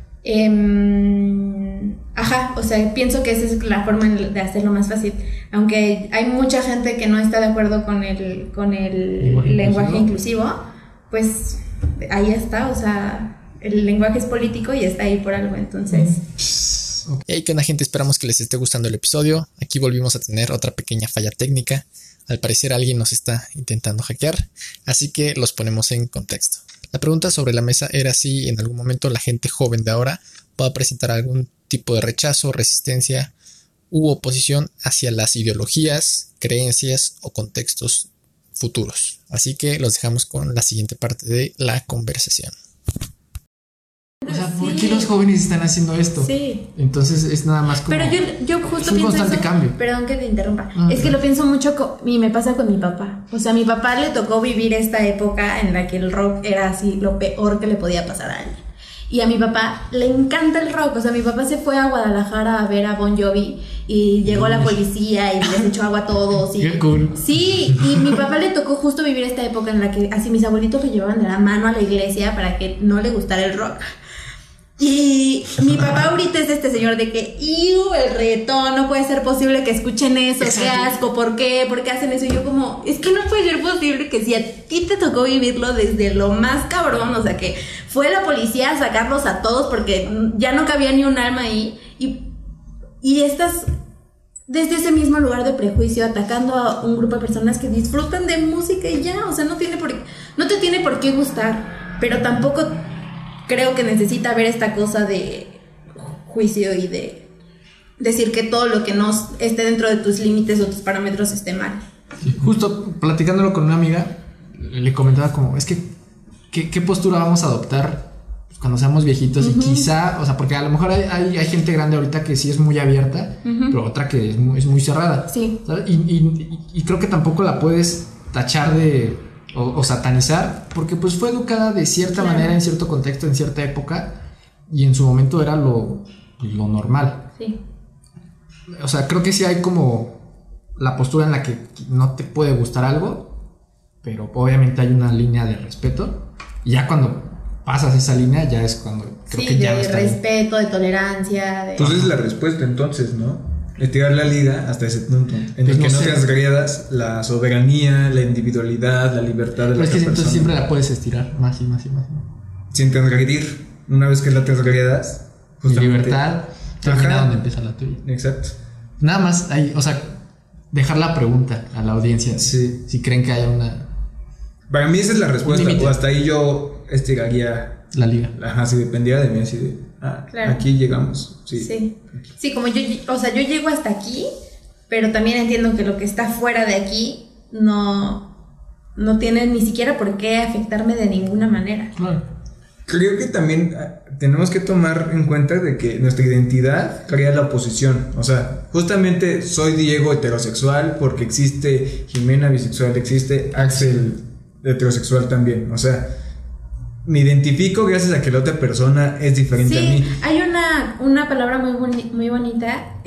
o sea, pienso que esa es la forma de hacerlo más fácil. Aunque hay mucha gente que no está de acuerdo con el lenguaje inclusivo, pues ahí está, o sea, el lenguaje es político y está ahí por algo, entonces. Hey, ¿qué onda, gente? Esperamos que les esté gustando el episodio. Aquí volvimos a tener otra pequeña falla técnica. Al parecer alguien nos está intentando hackear, así que los ponemos en contexto. La pregunta sobre la mesa era si en algún momento la gente joven de ahora va a presentar algún tipo de rechazo, resistencia u oposición hacia las ideologías, creencias o contextos futuros. Así que los dejamos con la siguiente parte de la conversación. O sea, ¿por qué los jóvenes están haciendo esto? Sí. Entonces es nada más como... Pero yo justo es un pienso constante eso, cambio. Perdón que te interrumpa. Es que lo pienso mucho y me pasa con mi papá. O sea, a mi papá le tocó vivir esta época en la que el rock era así lo peor que le podía pasar a alguien. Y a mi papá le encanta el rock. O sea, mi papá se fue a Guadalajara a ver a Bon Jovi y llegó la policía y les echó agua a todos. Y, qué cool. Sí, y mi papá le tocó justo vivir esta época en la que así mis abuelitos lo llevaban de la mano a la iglesia para que no le gustara el rock. Y mi papá ahorita es este señor de que el reggaetón, no puede ser posible que escuchen eso. Exacto. Qué asco, ¿por qué? ¿Por qué hacen eso? Y yo como, es que no puede ser posible que si a ti te tocó vivirlo desde lo más cabrón, o sea que fue la policía a sacarlos a todos porque ya no cabía ni un alma ahí, y estás desde ese mismo lugar de prejuicio atacando a un grupo de personas que disfrutan de música y ya, o sea, no te tiene por qué gustar, pero tampoco creo que necesita haber esta cosa de juicio y de decir que todo lo que no esté dentro de tus límites o tus parámetros esté mal. Sí, justo platicándolo con una amiga, le comentaba como, es que ¿qué postura vamos a adoptar cuando seamos viejitos? Y quizá, o sea, porque a lo mejor hay gente grande ahorita que sí es muy abierta, pero otra que es muy cerrada. Sí. ¿Sabes? Y creo que tampoco la puedes tachar de... O satanizar, porque pues fue educada de cierta manera, en cierto contexto, en cierta época, y en su momento era lo normal. Sí. O sea, creo que sí hay como la postura en la que no te puede gustar algo, pero obviamente hay una línea de respeto, y ya cuando pasas esa línea ya es cuando creo que ya no está respeto, bien. De tolerancia. Pues esa es la respuesta entonces, ¿no? Estirar la liga hasta ese punto en el que no transgredas la soberanía, la individualidad, la libertad de la persona. Pero es que entonces siempre la puedes estirar más y más y más. Sin transgredir. Una vez que la transgredas, mi libertad termina donde empieza la tuya. Exacto. Nada más, o sea, dejar la pregunta a la audiencia. Sí. Si creen que haya una... Para mí esa es la respuesta. O hasta ahí yo estiraría la liga. Ajá, si dependiera de mí, así de... claro. Aquí llegamos. Sí, como yo llego hasta aquí, pero también entiendo que lo que está fuera de aquí no tiene ni siquiera por qué afectarme de ninguna manera. Claro. creo que también tenemos que tomar en cuenta de que nuestra identidad crea la oposición. O sea, justamente soy Diego heterosexual porque existe Jimena bisexual, existe Axel heterosexual también. O sea, me identifico gracias a que la otra persona es diferente a mí. Hay una palabra muy bonita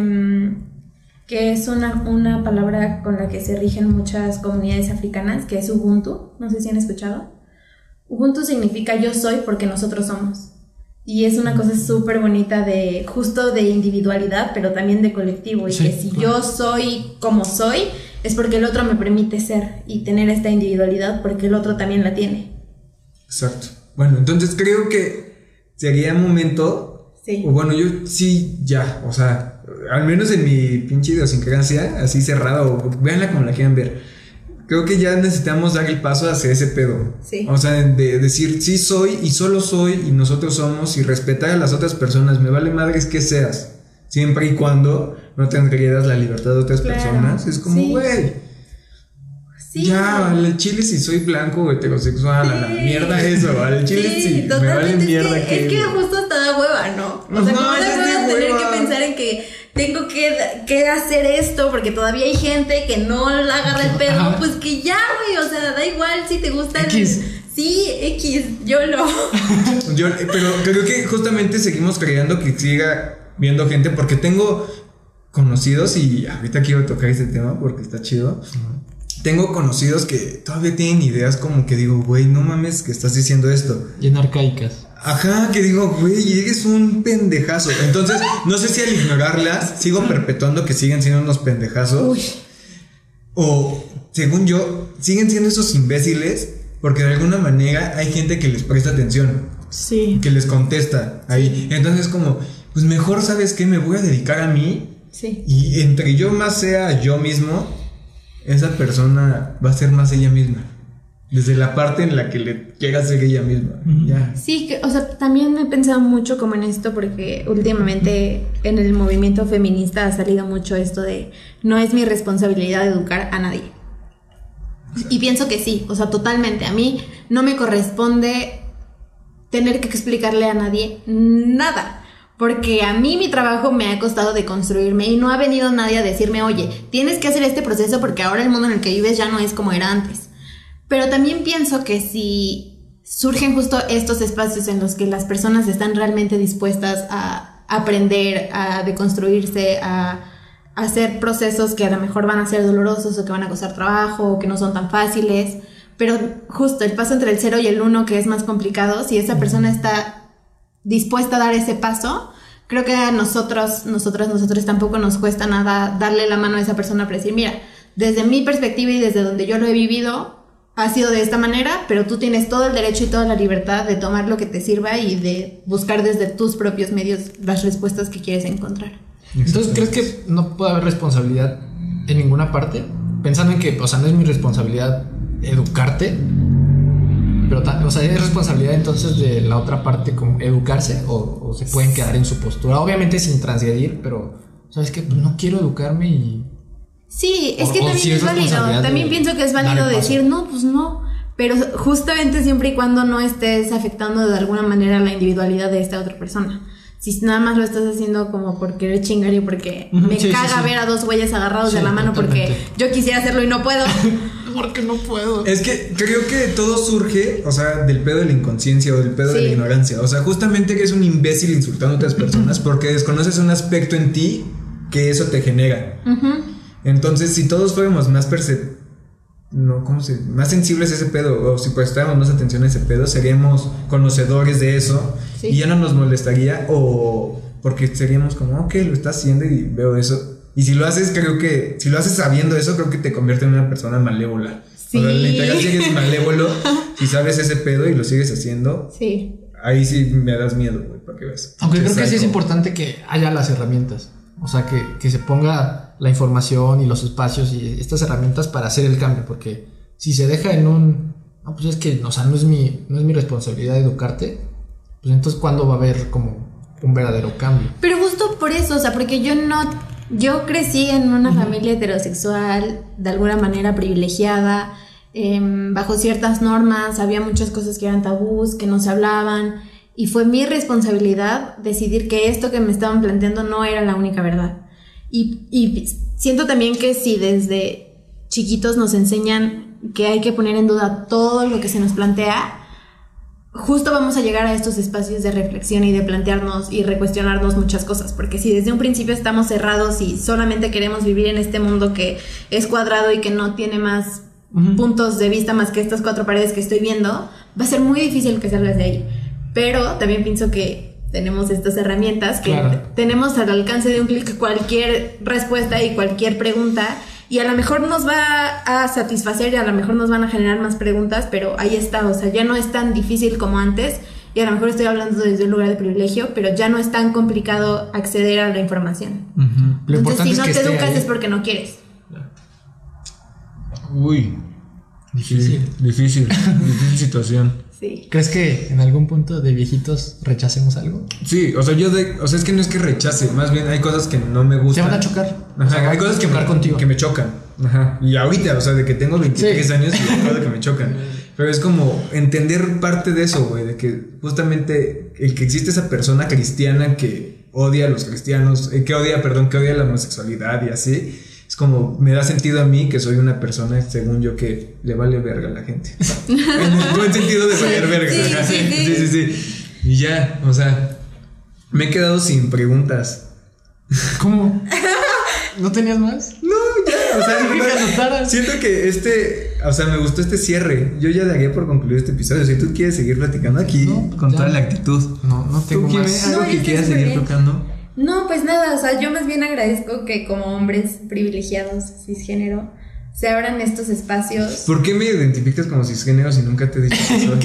que es una palabra con la que se rigen muchas comunidades africanas, que es Ubuntu. No sé si han escuchado. Ubuntu significa yo soy porque nosotros somos. Y es una cosa súper bonita de justo de individualidad, pero también de colectivo. Y que si yo soy como soy, es porque el otro me permite ser y tener esta individualidad porque el otro también la tiene. Exacto. Bueno, entonces creo que sería momento. Sí. O bueno, yo sí, ya. O sea, al menos en mi pinche idiosincrasia, así cerrada, o véanla como la quieran ver. Creo que ya necesitamos dar el paso hacia ese pedo. Sí. O sea, de decir sí soy y solo soy y nosotros somos y respetar a las otras personas. Me vale madres que seas. Siempre y cuando no te agredas la libertad de otras personas. Es como, güey. Sí. Ya, al chile si soy blanco o heterosexual, a la mierda eso. Al chile sí, totalmente. Me vale mierda es que justo hasta da hueva, ¿no? O sea, como da hueva tener que pensar en que tengo que hacer esto porque todavía hay gente que no la agarra el pedo. Pues que ya, güey, o sea, da igual si te gusta X. Sí, X, pero creo que justamente seguimos creyendo que siga viendo gente porque tengo conocidos y ahorita quiero tocar este tema porque está chido. Tengo conocidos que todavía tienen ideas como que digo, güey, no mames que estás diciendo esto. Bien arcaicas. Ajá, que digo, güey, eres un pendejazo. Entonces, no sé si al ignorarlas sigo perpetuando que siguen siendo unos pendejazos. Uy. O, según yo, siguen siendo esos imbéciles porque de alguna manera hay gente que les presta atención. Sí. Que les contesta ahí. Entonces, como, pues mejor, ¿sabes qué? Me voy a dedicar a mí. Sí. Y entre yo más sea yo mismo, esa persona va a ser más ella misma. Desde la parte en la que le quiera ser ella misma. Ya. Sí, o sea, también he pensado mucho como en esto porque últimamente en el movimiento feminista ha salido mucho esto de no es mi responsabilidad educar a nadie. Y pienso que sí, o sea, totalmente. A mí no me corresponde tener que explicarle a nadie nada. Porque a mí mi trabajo me ha costado deconstruirme y no ha venido nadie a decirme, oye, tienes que hacer este proceso porque ahora el mundo en el que vives ya no es como era antes. Pero también pienso que si surgen justo estos espacios en los que las personas están realmente dispuestas a aprender, a deconstruirse, a hacer procesos que a lo mejor van a ser dolorosos o que van a costar trabajo o que no son tan fáciles, pero justo el paso entre el 0 y el 1 que es más complicado, si esa persona está dispuesta a dar ese paso, creo que a nosotros tampoco nos cuesta nada darle la mano a esa persona para decir, mira, desde mi perspectiva y desde donde yo lo he vivido, ha sido de esta manera, pero tú tienes todo el derecho y toda la libertad de tomar lo que te sirva y de buscar desde tus propios medios las respuestas que quieres encontrar. Entonces, ¿crees que no puede haber responsabilidad en ninguna parte? Pensando en que, o sea, no es mi responsabilidad educarte, pero, o sea, ¿es responsabilidad entonces de la otra parte como educarse o se pueden quedar en su postura? Obviamente sin transgredir, pero, ¿sabes qué? Pues no quiero educarme y... Sí, es que o también si es válido. También pienso que es válido decir, no, pues no. Pero justamente siempre y cuando no estés afectando de alguna manera la individualidad de esta otra persona. Si nada más lo estás haciendo como por querer chingar y porque me caga ver a dos güeyes agarrados de la mano porque yo quisiera hacerlo y no puedo. Porque no puedo. Es que creo que todo surge, o sea, del pedo de la inconsciencia o del pedo de la ignorancia. O sea, justamente que eres un imbécil insultando a otras personas porque desconoces un aspecto en ti que eso te genera. Entonces, si todos fuéramos más más sensibles a ese pedo, o si prestáramos más atención a ese pedo, seríamos conocedores de eso y ya no nos molestaría, o porque seríamos como, ok, lo estás haciendo y veo eso. Y si lo haces, creo que, si lo haces sabiendo eso, creo que te convierte en una persona malévola. Sí. O sea, literal, si eres malévolo, si sabes ese pedo y lo sigues haciendo, ahí sí me das miedo, güey, para que veas. Aunque creo que sí es importante que haya las herramientas. O sea, que se ponga la información y los espacios y estas herramientas para hacer el cambio. Porque si se deja en un... No, pues es que, o sea, no es mi responsabilidad educarte. Pues entonces, ¿cuándo va a haber como un verdadero cambio? Pero justo por eso, o sea, porque yo crecí en una familia heterosexual, de alguna manera privilegiada, bajo ciertas normas, había muchas cosas que eran tabús, que no se hablaban, y fue mi responsabilidad decidir que esto que me estaban planteando no era la única verdad. Y siento también que si desde chiquitos nos enseñan que hay que poner en duda todo lo que se nos plantea, justo vamos a llegar a estos espacios de reflexión y de plantearnos y recuestionarnos muchas cosas, porque si desde un principio estamos cerrados y solamente queremos vivir en este mundo que es cuadrado y que no tiene más puntos de vista más que estas 4 paredes que estoy viendo, va a ser muy difícil que salgas de ahí. Pero también pienso que tenemos estas herramientas que tenemos al alcance de un clic cualquier respuesta y cualquier pregunta, y a lo mejor nos va a satisfacer y a lo mejor nos van a generar más preguntas, pero ahí está, o sea, ya no es tan difícil como antes, y a lo mejor estoy hablando desde un lugar de privilegio, pero ya no es tan complicado acceder a la información. Entonces, si no te educas es porque no quieres. Uy, difícil situación. Sí. ¿Crees que en algún punto de viejitos rechacemos algo? Sí, o sea, es que no es que rechace, más bien hay cosas que no me gustan. Se van a chocar. Ajá, hay cosas que me chocan. Ajá. Y ahorita, o sea, de que tengo 23 años y hay cosas que me chocan. Pero es como entender parte de eso, güey, de que justamente el que existe esa persona cristiana que odia a los cristianos, que odia la homosexualidad y así. Es como, me da sentido a mí que soy una persona, según yo, que le vale verga a la gente. En el buen sentido de valer verga. Sí. Y ya, o sea, me he quedado sin preguntas. ¿Cómo? ¿No tenías más? No, ya, o sea, siento que o sea, me gustó este cierre. Yo ya daría por concluir este episodio. Si tú quieres seguir platicando aquí con toda la actitud. No tengo más. ¿Algo que quieras seguir tocando? No, pues nada, o sea, yo más bien agradezco que como hombres privilegiados, cisgénero, se abran estos espacios. ¿Por qué me identificas como cisgénero si nunca te he dicho que soy? Te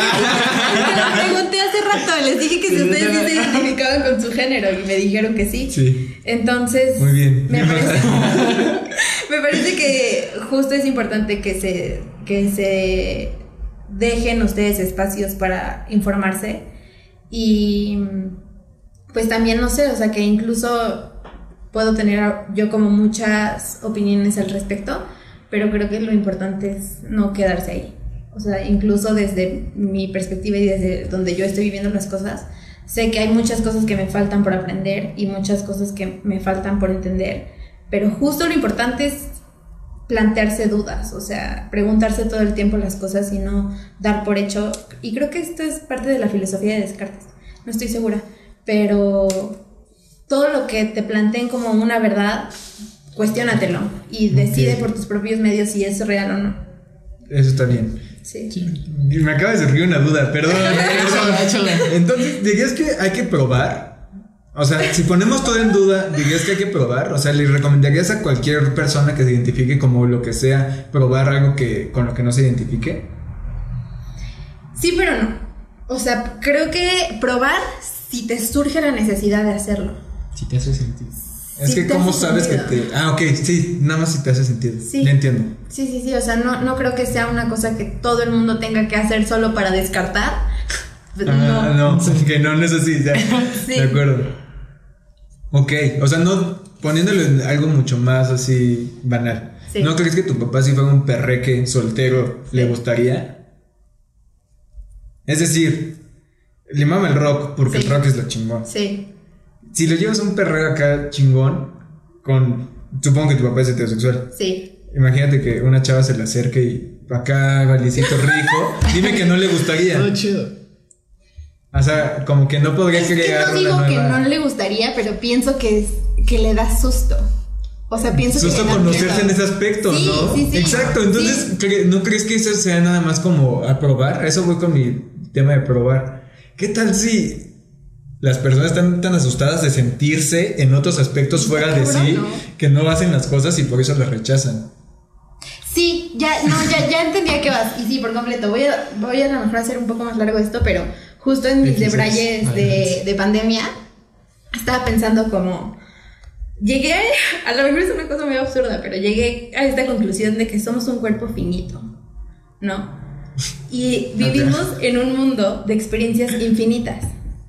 lo pregunté hace rato, les dije que si ustedes sí se identificaban con su género y me dijeron que sí. Sí. Entonces, muy bien. Me parece que justo es importante que se dejen ustedes espacios para informarse y pues también, no sé, o sea, que incluso puedo tener yo como muchas opiniones al respecto, pero creo que lo importante es no quedarse ahí. O sea, incluso desde mi perspectiva y desde donde yo estoy viviendo las cosas, sé que hay muchas cosas que me faltan por aprender y muchas cosas que me faltan por entender, pero justo lo importante es plantearse dudas, o sea, preguntarse todo el tiempo las cosas y no dar por hecho. Y creo que esto es parte de la filosofía de Descartes, no estoy segura. Pero todo lo que te planteen como una verdad, cuestiónatelo y decide por tus propios medios si es real o no. Eso está bien. Sí. Me acaba de surgir una duda, perdón. Entonces, ¿dirías que hay que probar? O sea, si ponemos todo en duda, ¿dirías que hay que probar? O sea, ¿le recomendarías a cualquier persona que se identifique como lo que sea probar algo con lo que no se identifique? Sí, pero no. O sea, creo que probar si te surge la necesidad de hacerlo. Si te hace sentido. Es que ¿cómo sabes que te...? Ah, ok, sí, nada más si te hace sentido. Sí. Ya entiendo. Sí, o sea, no creo que sea una cosa que todo el mundo tenga que hacer solo para descartar. No, que no es así, ya. Sí. De acuerdo. Ok, o sea, no poniéndolo en algo mucho más así banal. Sí. ¿No crees que tu papá si fuera un perreque soltero le gustaría? Es decir, le mama el rock porque el rock es lo chingón. Sí. Si lo llevas a un perreo acá chingón, supongo que tu papá es heterosexual. Sí. Imagínate que una chava se le acerque y acá bailecito rico. Dime que no le gustaría. Todo chido. O sea, como que no podría crear. No digo que no le gustaría, pero pienso que le da susto. O sea, pienso susto que conocerse en ese aspecto, sí, ¿no? Sí. Exacto. Entonces, ¿no crees que eso sea nada más como a probar? A eso voy con mi tema de probar. ¿Qué tal si las personas están tan asustadas de sentirse en otros aspectos fuera de sí, que no hacen las cosas y por eso las rechazan? Sí, ya entendí a qué vas. Y sí, por completo. Voy a lo mejor hacer un poco más largo esto, pero justo en mis debrayes de pandemia estaba pensando como... Llegué, a lo mejor es una cosa muy absurda, pero llegué a esta conclusión de que somos un cuerpo finito, ¿no? Y vivimos en un mundo de experiencias infinitas.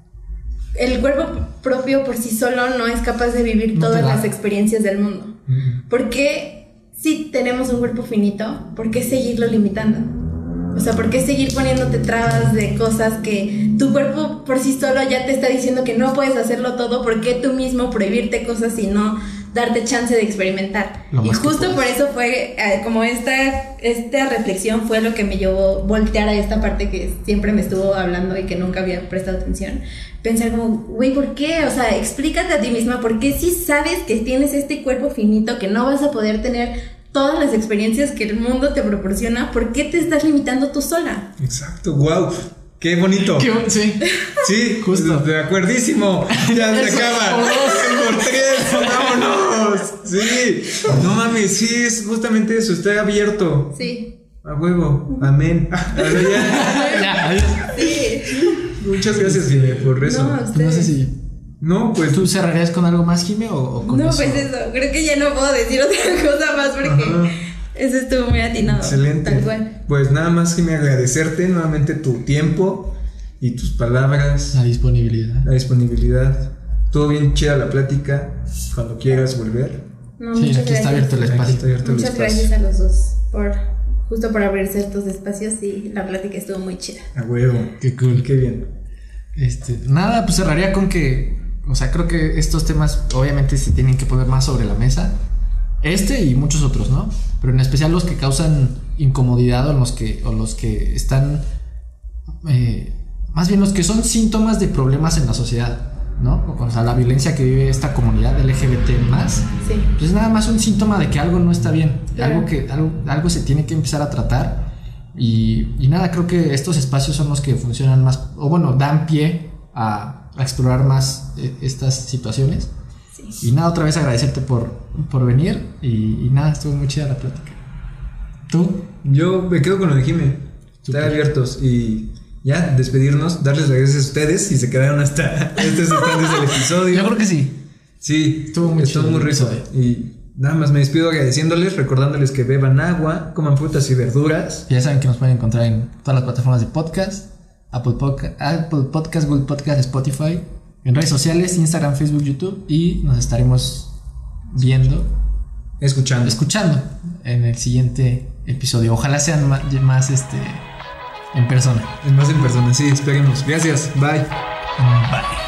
El cuerpo propio por sí solo no es capaz de vivir todas las experiencias del mundo. Porque si tenemos un cuerpo finito, ¿por qué seguirlo limitando? O sea, ¿por qué seguir poniéndote trabas de cosas que tu cuerpo por sí solo ya te está diciendo que no puedes hacerlo todo? ¿Por qué tú mismo prohibirte cosas y no darte chance de experimentar? Y justo por eso fue como esta reflexión fue lo que me llevó a voltear a esta parte que siempre me estuvo hablando y que nunca había prestado atención. Pensar como, güey, ¿por qué? O sea, explícate a ti misma por qué si sabes que tienes este cuerpo finito, que no vas a poder tener todas las experiencias que el mundo te proporciona, ¿por qué te estás limitando tú sola? Exacto, wow. Qué bonito. Sí. Sí, Justo. De acuerdísimo. Ya se acaba. Por 3, vámonos. Sí. No mames, sí, es justamente eso. Está abierto. Sí. A huevo. Amén. Ahora ya. Sí. Muchas gracias, Jimé, por eso. No, Pues no sé si No, pues tú cerrarías con algo más, Jimé, o con no, eso. pues eso. Creo que ya no puedo decir otra cosa más porque eso estuvo muy atinado. Excelente. Tal cual. Pues nada más, Jimé, agradecerte nuevamente tu tiempo y tus palabras, La disponibilidad. la disponibilidad. Todo bien chida la plática. Cuando quieras volver. No, Sí, muchas aquí está gracias. abierto el Aquí espacio. está abierto el Muchas espacio. gracias a los dos justo por abrirse estos espacios y la plática estuvo muy chida. A huevo. Qué cool. Qué bien. Nada, pues cerraría con que, o sea, creo que estos temas obviamente se tienen que poner más sobre la mesa. Y muchos otros, ¿no? Pero en especial los que causan incomodidad o los que están, más bien los que son síntomas de problemas en la sociedad, ¿no? O sea, la violencia que vive esta comunidad LGBT+, Sí. pues es nada más un síntoma de que algo no está bien, Claro. algo se tiene que empezar a tratar. Y nada, creo que estos espacios son los que funcionan más, o bueno, dan pie a explorar más estas situaciones. Sí. Y nada, otra vez agradecerte por venir. Y nada, estuvo muy chida la plática. ¿Tú? Yo me quedo con lo de Jimé. Súper. Estar abiertos y ya despedirnos, darles las gracias a ustedes y se quedaron hasta este instantes del episodio. Yo creo que sí. Sí, Estuvo muy chido muy el rico. episodio. Y nada más me despido agradeciéndoles, recordándoles que beban agua, coman frutas y verduras. Ya saben que nos pueden encontrar en todas las plataformas de podcast: Apple Podcast, Google Podcast, Spotify, en redes sociales, Instagram, Facebook, YouTube. Y nos estaremos viendo, escuchando en el siguiente episodio. Ojalá sean más en persona. Más en persona, sí, esperemos. Gracias, bye. Bye.